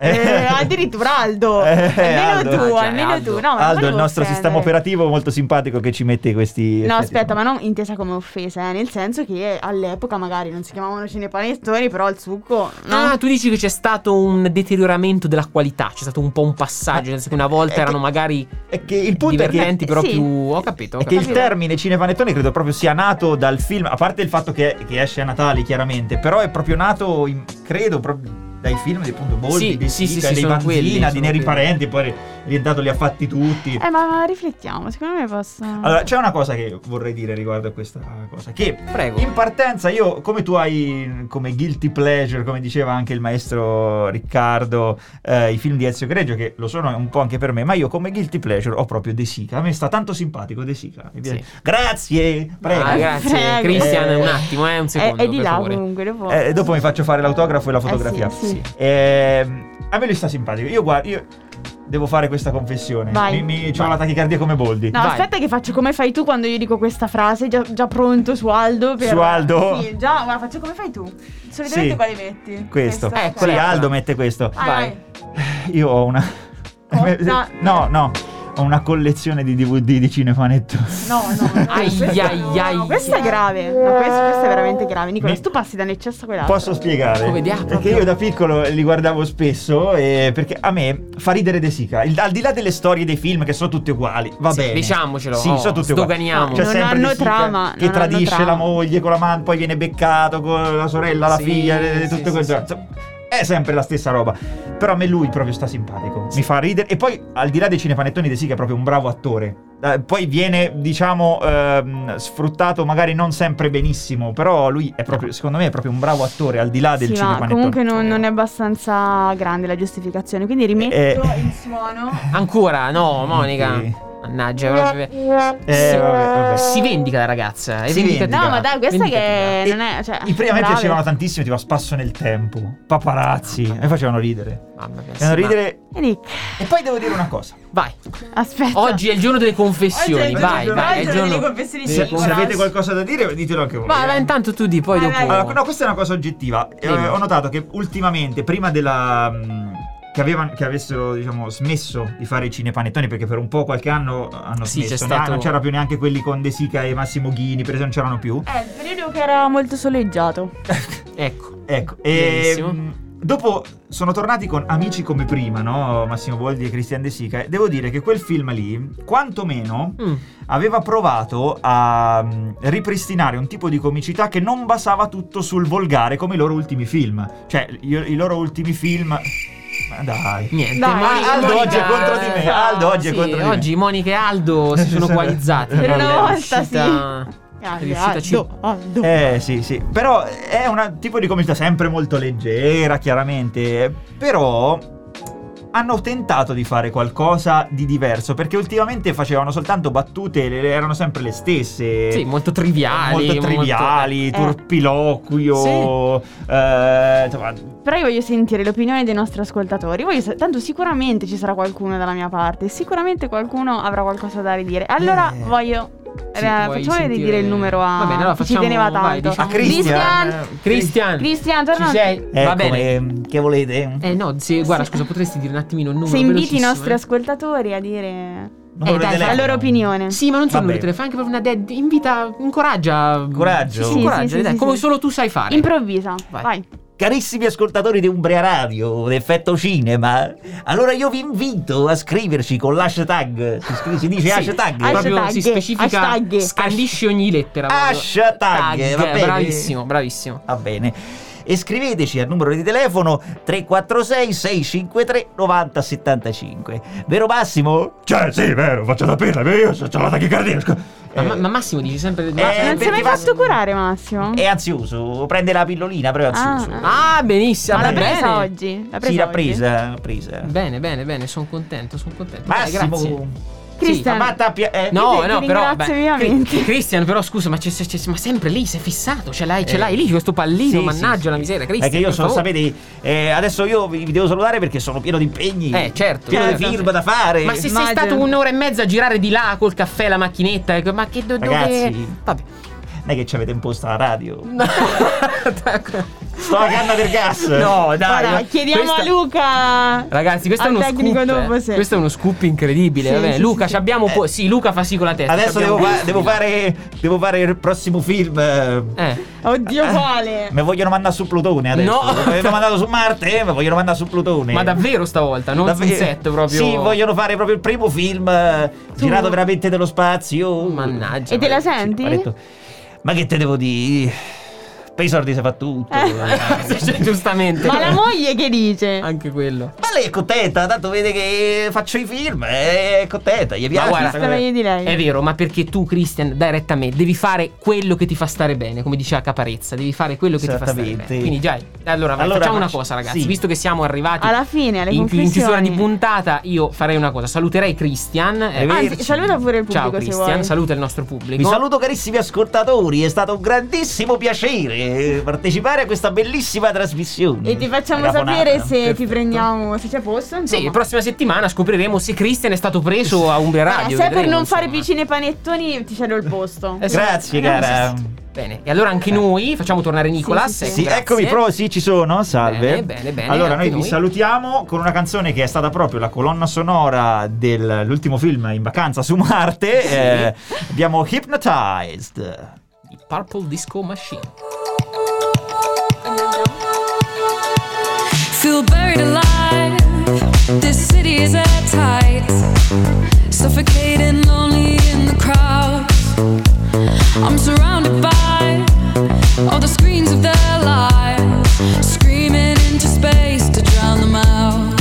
Eh, addirittura Aldo. Eh, almeno Aldo. tu, Ah, già, almeno Aldo. tu. No, ma non Aldo, il volevo nostro offendere. sistema operativo molto simpatico che ci mette questi No, effetti. aspetta, ma non intesa come offesa, eh, nel senso che all'epoca magari non si chiamavano cinepanettoni, però il succo. No? Ah, tu dici che c'è stato un deterioramento della qualità, c'è stato un po' un passaggio, nel senso che una volta erano magari è che il punto è che- divertenti, però sì. più. Ho capito. Ho È che il capito. termine cinepanettone credo proprio sia nato dal film, a parte il fatto che, che esce a Natale chiaramente, però è proprio nato, in- credo, proprio dai film di appunto Boldi, Sì, dei sì, Sica, sì, sì, dei sono quelli, Vanzina, di sono Neri quelli. Parenti, poi è diventato li ha fatti tutti. Eh, ma riflettiamo, secondo me posso. Allora, c'è una cosa che vorrei dire riguardo a questa cosa, che Prego. in partenza io, come tu hai come guilty pleasure, come diceva anche il maestro Riccardo, eh, i film di Ezio Greggio, che lo sono un po' anche per me, ma io come guilty pleasure ho proprio De Sica. A me sta tanto simpatico De Sica. Mi piace. Sì. Grazie, prego. Ah, grazie. Prego. Christian, Eh, un attimo, eh, un È, secondo. è di per là favore. comunque, dopo. Eh, dopo mi faccio fare l'autografo e la Eh, fotografia. sì, sì. Ehm, a me lui sta simpatico. Io guardo, io devo fare questa confessione. Vai. Mi, mi, c'ho la tachicardia come Boldi. No, Vai. aspetta che faccio come fai tu quando io dico questa frase, già, già pronto su Aldo per... Su Aldo? Sì, già, guarda, faccio come fai tu. Solitamente Sì. quali metti? Questo. Questa? Ecco, Sì, Quella? Aldo mette questo. Vai, Vai. vai. Io ho una. Oh, no. no, no. Ho una collezione di D V D di cinepanettone. No, no, no. Ai, questa, ai, no, ai. no, questa è grave. No, questo, questo è veramente grave. Nicola, Mi- tu passi da un eccesso a quell'altro. Posso spiegare? Oh, vediamo, Perché proprio. io da piccolo li guardavo spesso e perché a me fa ridere De Sica. Il- al di là delle storie dei film che sono tutte uguali, va Sì, bene. diciamocelo, Sì, oh, sono tutte sdoganiamo. uguali. C'è Non sempre hanno De Sica trama, che non hanno tradisce trama. la moglie con la man, poi viene beccato con la sorella, la Sì, figlia, e sì, tutte sì, queste. sì. È sempre la stessa roba. Però a me lui proprio sta simpatico. Mi fa ridere. E poi, al di là dei cinepanettoni, De Sica è proprio un bravo attore. Eh, poi viene, diciamo, ehm, sfruttato magari non sempre benissimo. Però lui è proprio, secondo me, è proprio un bravo attore, al di là del Sì, ma cinepanettone. comunque non, non è abbastanza grande la giustificazione. Quindi rimetto Eh. il suono. Ancora? No, Monica. Sì. Mannaggia, proprio- Eh, si, vabbè, vabbè. si vendica la ragazza. È Si vendicativa. No, ma dai, questa che Vendicativa. non è. Cioè, I primi a me brave. piacevano tantissimo, tipo a Spasso nel tempo, Paparazzi, a me facevano ridere. Mamma mia, sì, Facevano ma- ridere. E Nick, E poi devo dire una cosa. Vai. aspetta. Oggi è il giorno delle confessioni. Oggi è il vai, giorno- vai. È oggi il è giorno. delle confessioni Se, di se Nicola. avete qualcosa da dire, ditelo anche voi. Vai, eh. vai, intanto tu di, poi Vai, dopo. vai. Allora, no, questa è una cosa oggettiva. Eh, Dimmi. ho notato che ultimamente, prima della. mh, che, avevano, che avessero, diciamo, smesso di fare i cinepanettoni, perché per un po' qualche anno hanno Sì, smesso. c'è ne- stato- Non c'era più neanche quelli con De Sica e Massimo Ghini, per esempio, non c'erano più. È il periodo che era molto soleggiato. Ecco. Ecco, e Benissimo. mh, dopo sono tornati con Amici come prima, no? Massimo Boldi e Christian De Sica. E devo dire che quel film lì, quantomeno, Mm. aveva provato a mh, ripristinare un tipo di comicità che non basava tutto sul volgare come i loro ultimi film. Cioè, i, i loro ultimi film. Ma dai. Niente, Dai, Monica- Aldo oggi è contro di me. Aldo oggi è Sì, contro di me. oggi Monica e Aldo si sono coalizzati. Per una È volta, riuscita- sì. È riuscita a ci- Aldo, Aldo. Eh sì sì, però è un tipo di comicità sempre molto leggera, chiaramente, però hanno tentato di fare qualcosa di diverso, perché ultimamente facevano soltanto battute, le- erano sempre le stesse. Sì, molto triviali. molto triviali, molto- turpiloquio, eh, insomma, Però io voglio sentire l'opinione dei nostri ascoltatori. Voglio sa- tanto sicuramente ci sarà qualcuno dalla mia parte. Sicuramente qualcuno avrà qualcosa da ridire. Allora Eh. voglio. Sì, eh, vuoi facciamo sentire- dire il numero a Va bene, allora chi ci facciamo- teneva vai, tanto. diciamo- A Christian. Christian, Cristian, Christian, torna. ci sei? Va ecco, bene. eh, che volete? Eh no, sì, guarda, scusa, potresti dire un attimino il numero Se inviti i velocissimo, nostri eh? ascoltatori a dire Numero Eh, dai, di fai la telefono. loro opinione. Sì, ma non solo Vabbè. numero di telefono, anche proprio una dead. Invita, incoraggia. Coraggio. Sì, sì, Sì, incoraggia, sì, sì, dai, sì, come sì. solo tu sai fare. Improvvisa. Vai. Vai. Carissimi ascoltatori di Umbria Radio, d'Effetto Cinema, allora io vi invito a scriverci con l'hashtag, si, scri- si dice Sì, hashtag, proprio Hashtag, si specifica, hashtag. scandisci ogni lettera. proprio. Hashtag, Tag, va bene? bravissimo, bravissimo. Va bene. E scriveteci al numero di telefono tre quattro sei sei cinque tre nove zero sette cinque. Vero Massimo? Cioè, sì, vero, faccio la pena, io ho la tachicardia. Ma, ma- ma Massimo dice sempre. Eh, non si è mai perché fatto curare, Massimo? È ansioso, prende la pillolina, però è ansioso. Ah, Ah, benissimo. Ma l'ha va presa bene. oggi? L'ha presa Sì, l'ha oggi? presa, l'ha presa. Bene, bene, bene, sono contento, sono contento. Dai, Massimo, grazie. Christian. ma t'appia- eh, No, Ti- no, ti però. ringrazio beh, vivamente. Cri- Christian, però scusa, ma, c'è, c'è- c'è- ma sempre lì, sei fissato. Ce l'hai, ce Eh. l'hai lì questo pallino. Sì, mannaggia sì, la sì. miseria, È Christian. che io per sono, favore. sapete, eh, adesso io vi, vi devo salutare perché sono pieno di impegni. Eh, certo. Pieno certo. di film da fare. Ma se sei Immagino. stato un'ora e mezza a girare di là col caffè, la macchinetta, ecco, ma che do- dove. Ragazzi. Vabbè. Non è che ci avete imposto la radio. Sto a canna del gas. No, dai. Ora, chiediamo questa... a Luca. Ragazzi, questo è uno scoop. Dopo, sì. Questo è uno scoop incredibile. Sì, Vabbè, sì, Luca, sì, ci abbiamo sì. po- sì, Luca fa sì con la testa. Adesso devo, fa- devo fare devo fare il prossimo film. Eh. Oddio, quale? Mi vogliono mandare su Plutone adesso. No. Mi avevano mandato su Marte, eh, mi vogliono mandare su Plutone. Ma davvero stavolta, non Davvero? sul set proprio. Sì, vogliono fare proprio il primo film eh, girato veramente dello spazio. Mannaggia. E te la senti? Ho detto, ma che te devo dire? Per i soldi si fa tutto. Eh. Giustamente. Ma la moglie che dice? Anche quello. Ma lei è contenta, tanto vede che faccio i film, è contenta, gli piace. Ma guarda, sta cosa. Di lei. È vero, ma perché tu, Christian, dai retta a me, devi fare quello che ti fa stare bene, come diceva Caparezza, devi fare quello che ti fa stare bene. Quindi già, allora, vai, Allora, facciamo ma- una cosa, ragazzi, sì. visto che siamo arrivati Alla fine, alle in, in conclusioni. chiusura di puntata, io farei una cosa, saluterei Christian. eh, Anzi, saluta pure il pubblico. Ciao se Christian, vuoi. saluta il nostro pubblico. Vi saluto carissimi ascoltatori, è stato un grandissimo piacere partecipare a questa bellissima trasmissione. E ti facciamo La caponata. sapere se Perfetto. ti prendiamo, se c'è posto. Sì, Insomma. la prossima settimana scopriremo se Christian è stato preso a Umbria Guarda, Radio. se è per vedremo, non fare insomma. piccine panettoni, ti cedo il posto. Eh sì. Grazie, Eh, cara. sì, sì. Bene, e allora anche noi facciamo tornare Nicolas. Sì, sì, Sì, grazie. eccomi, pro, sì, ci sono, salve. Bene, bene, bene, allora, anche noi vi noi. salutiamo con una canzone che è stata proprio la colonna sonora dell'ultimo film in vacanza su Marte. Eh, abbiamo Hypnotized. I Purple Disco Machine. Feel buried alive. This city is at tight. Suffocating, lonely in the crowd. I'm surrounded by all the screens of their lives, screaming into space to drown them out.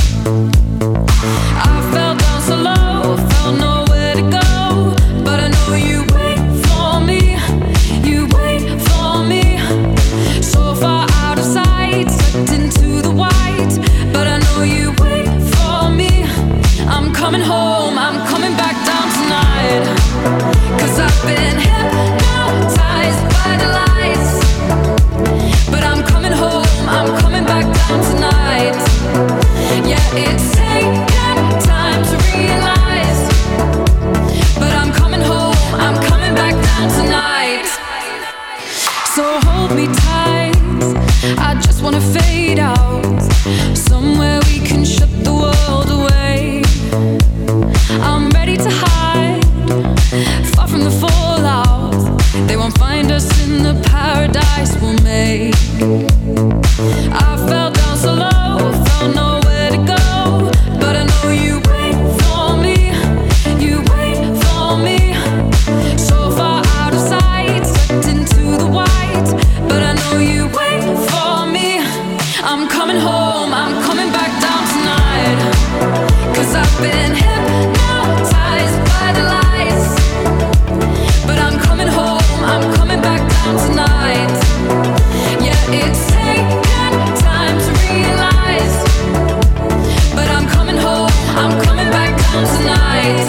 I fell down so low, felt nowhere to go, but I know you wait for me, you wait for me. So far out of sight, sucked into the white, but I know you wait for me. I'm coming home, I'm coming back down tonight, 'cause I've been hypnotized by the lights. But I'm coming home, I'm coming back down tonight. Yeah, it's taken time to realize, but I'm coming home, I'm coming back down tonight. So hold me tight, I just wanna fade out, somewhere we can shut the world away. I'm ready to hide, far from the fallout. They won't find us in the paradise we'll make. I fell down so low, found nowhere to go, but I know you wait for me, you wait for me. So far out of sight, sucked into the white, but I know you wait for me. I'm coming home, I'm coming back down tonight, 'cause I've been hypnotized by the lights. But I'm coming home, I'm coming back down tonight. Yeah, it's taken time to realize, but I'm coming home, I'm coming back down tonight.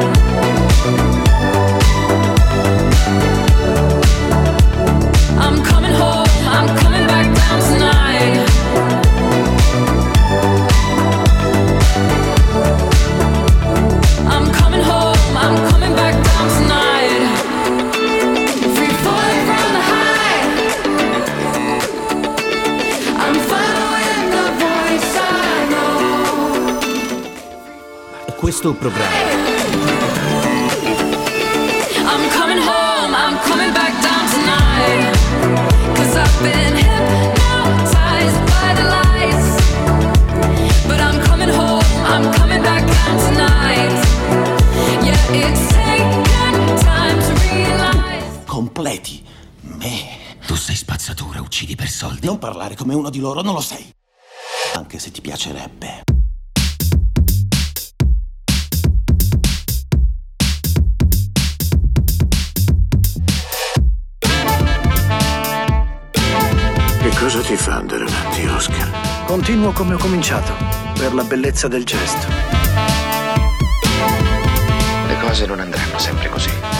I'm coming home, I'm coming back down tonight. I'm coming home, I'm coming back down tonight. Free falling from the high, I'm following the voice I know. Questo programma I'm coming home, I'm coming back down tonight, 'cause I've been hypnotized by the lights. But I'm coming home, I'm coming back down tonight. Yeah, it's taken time to realize. completi me. Tu sei spazzatura, uccidi per soldi. Non parlare come uno di loro, non lo sei. Anche se ti piacerebbe. Che cosa ti fa andare avanti, Oscar? Continuo come ho cominciato, per la bellezza del gesto. Le cose non andranno sempre così.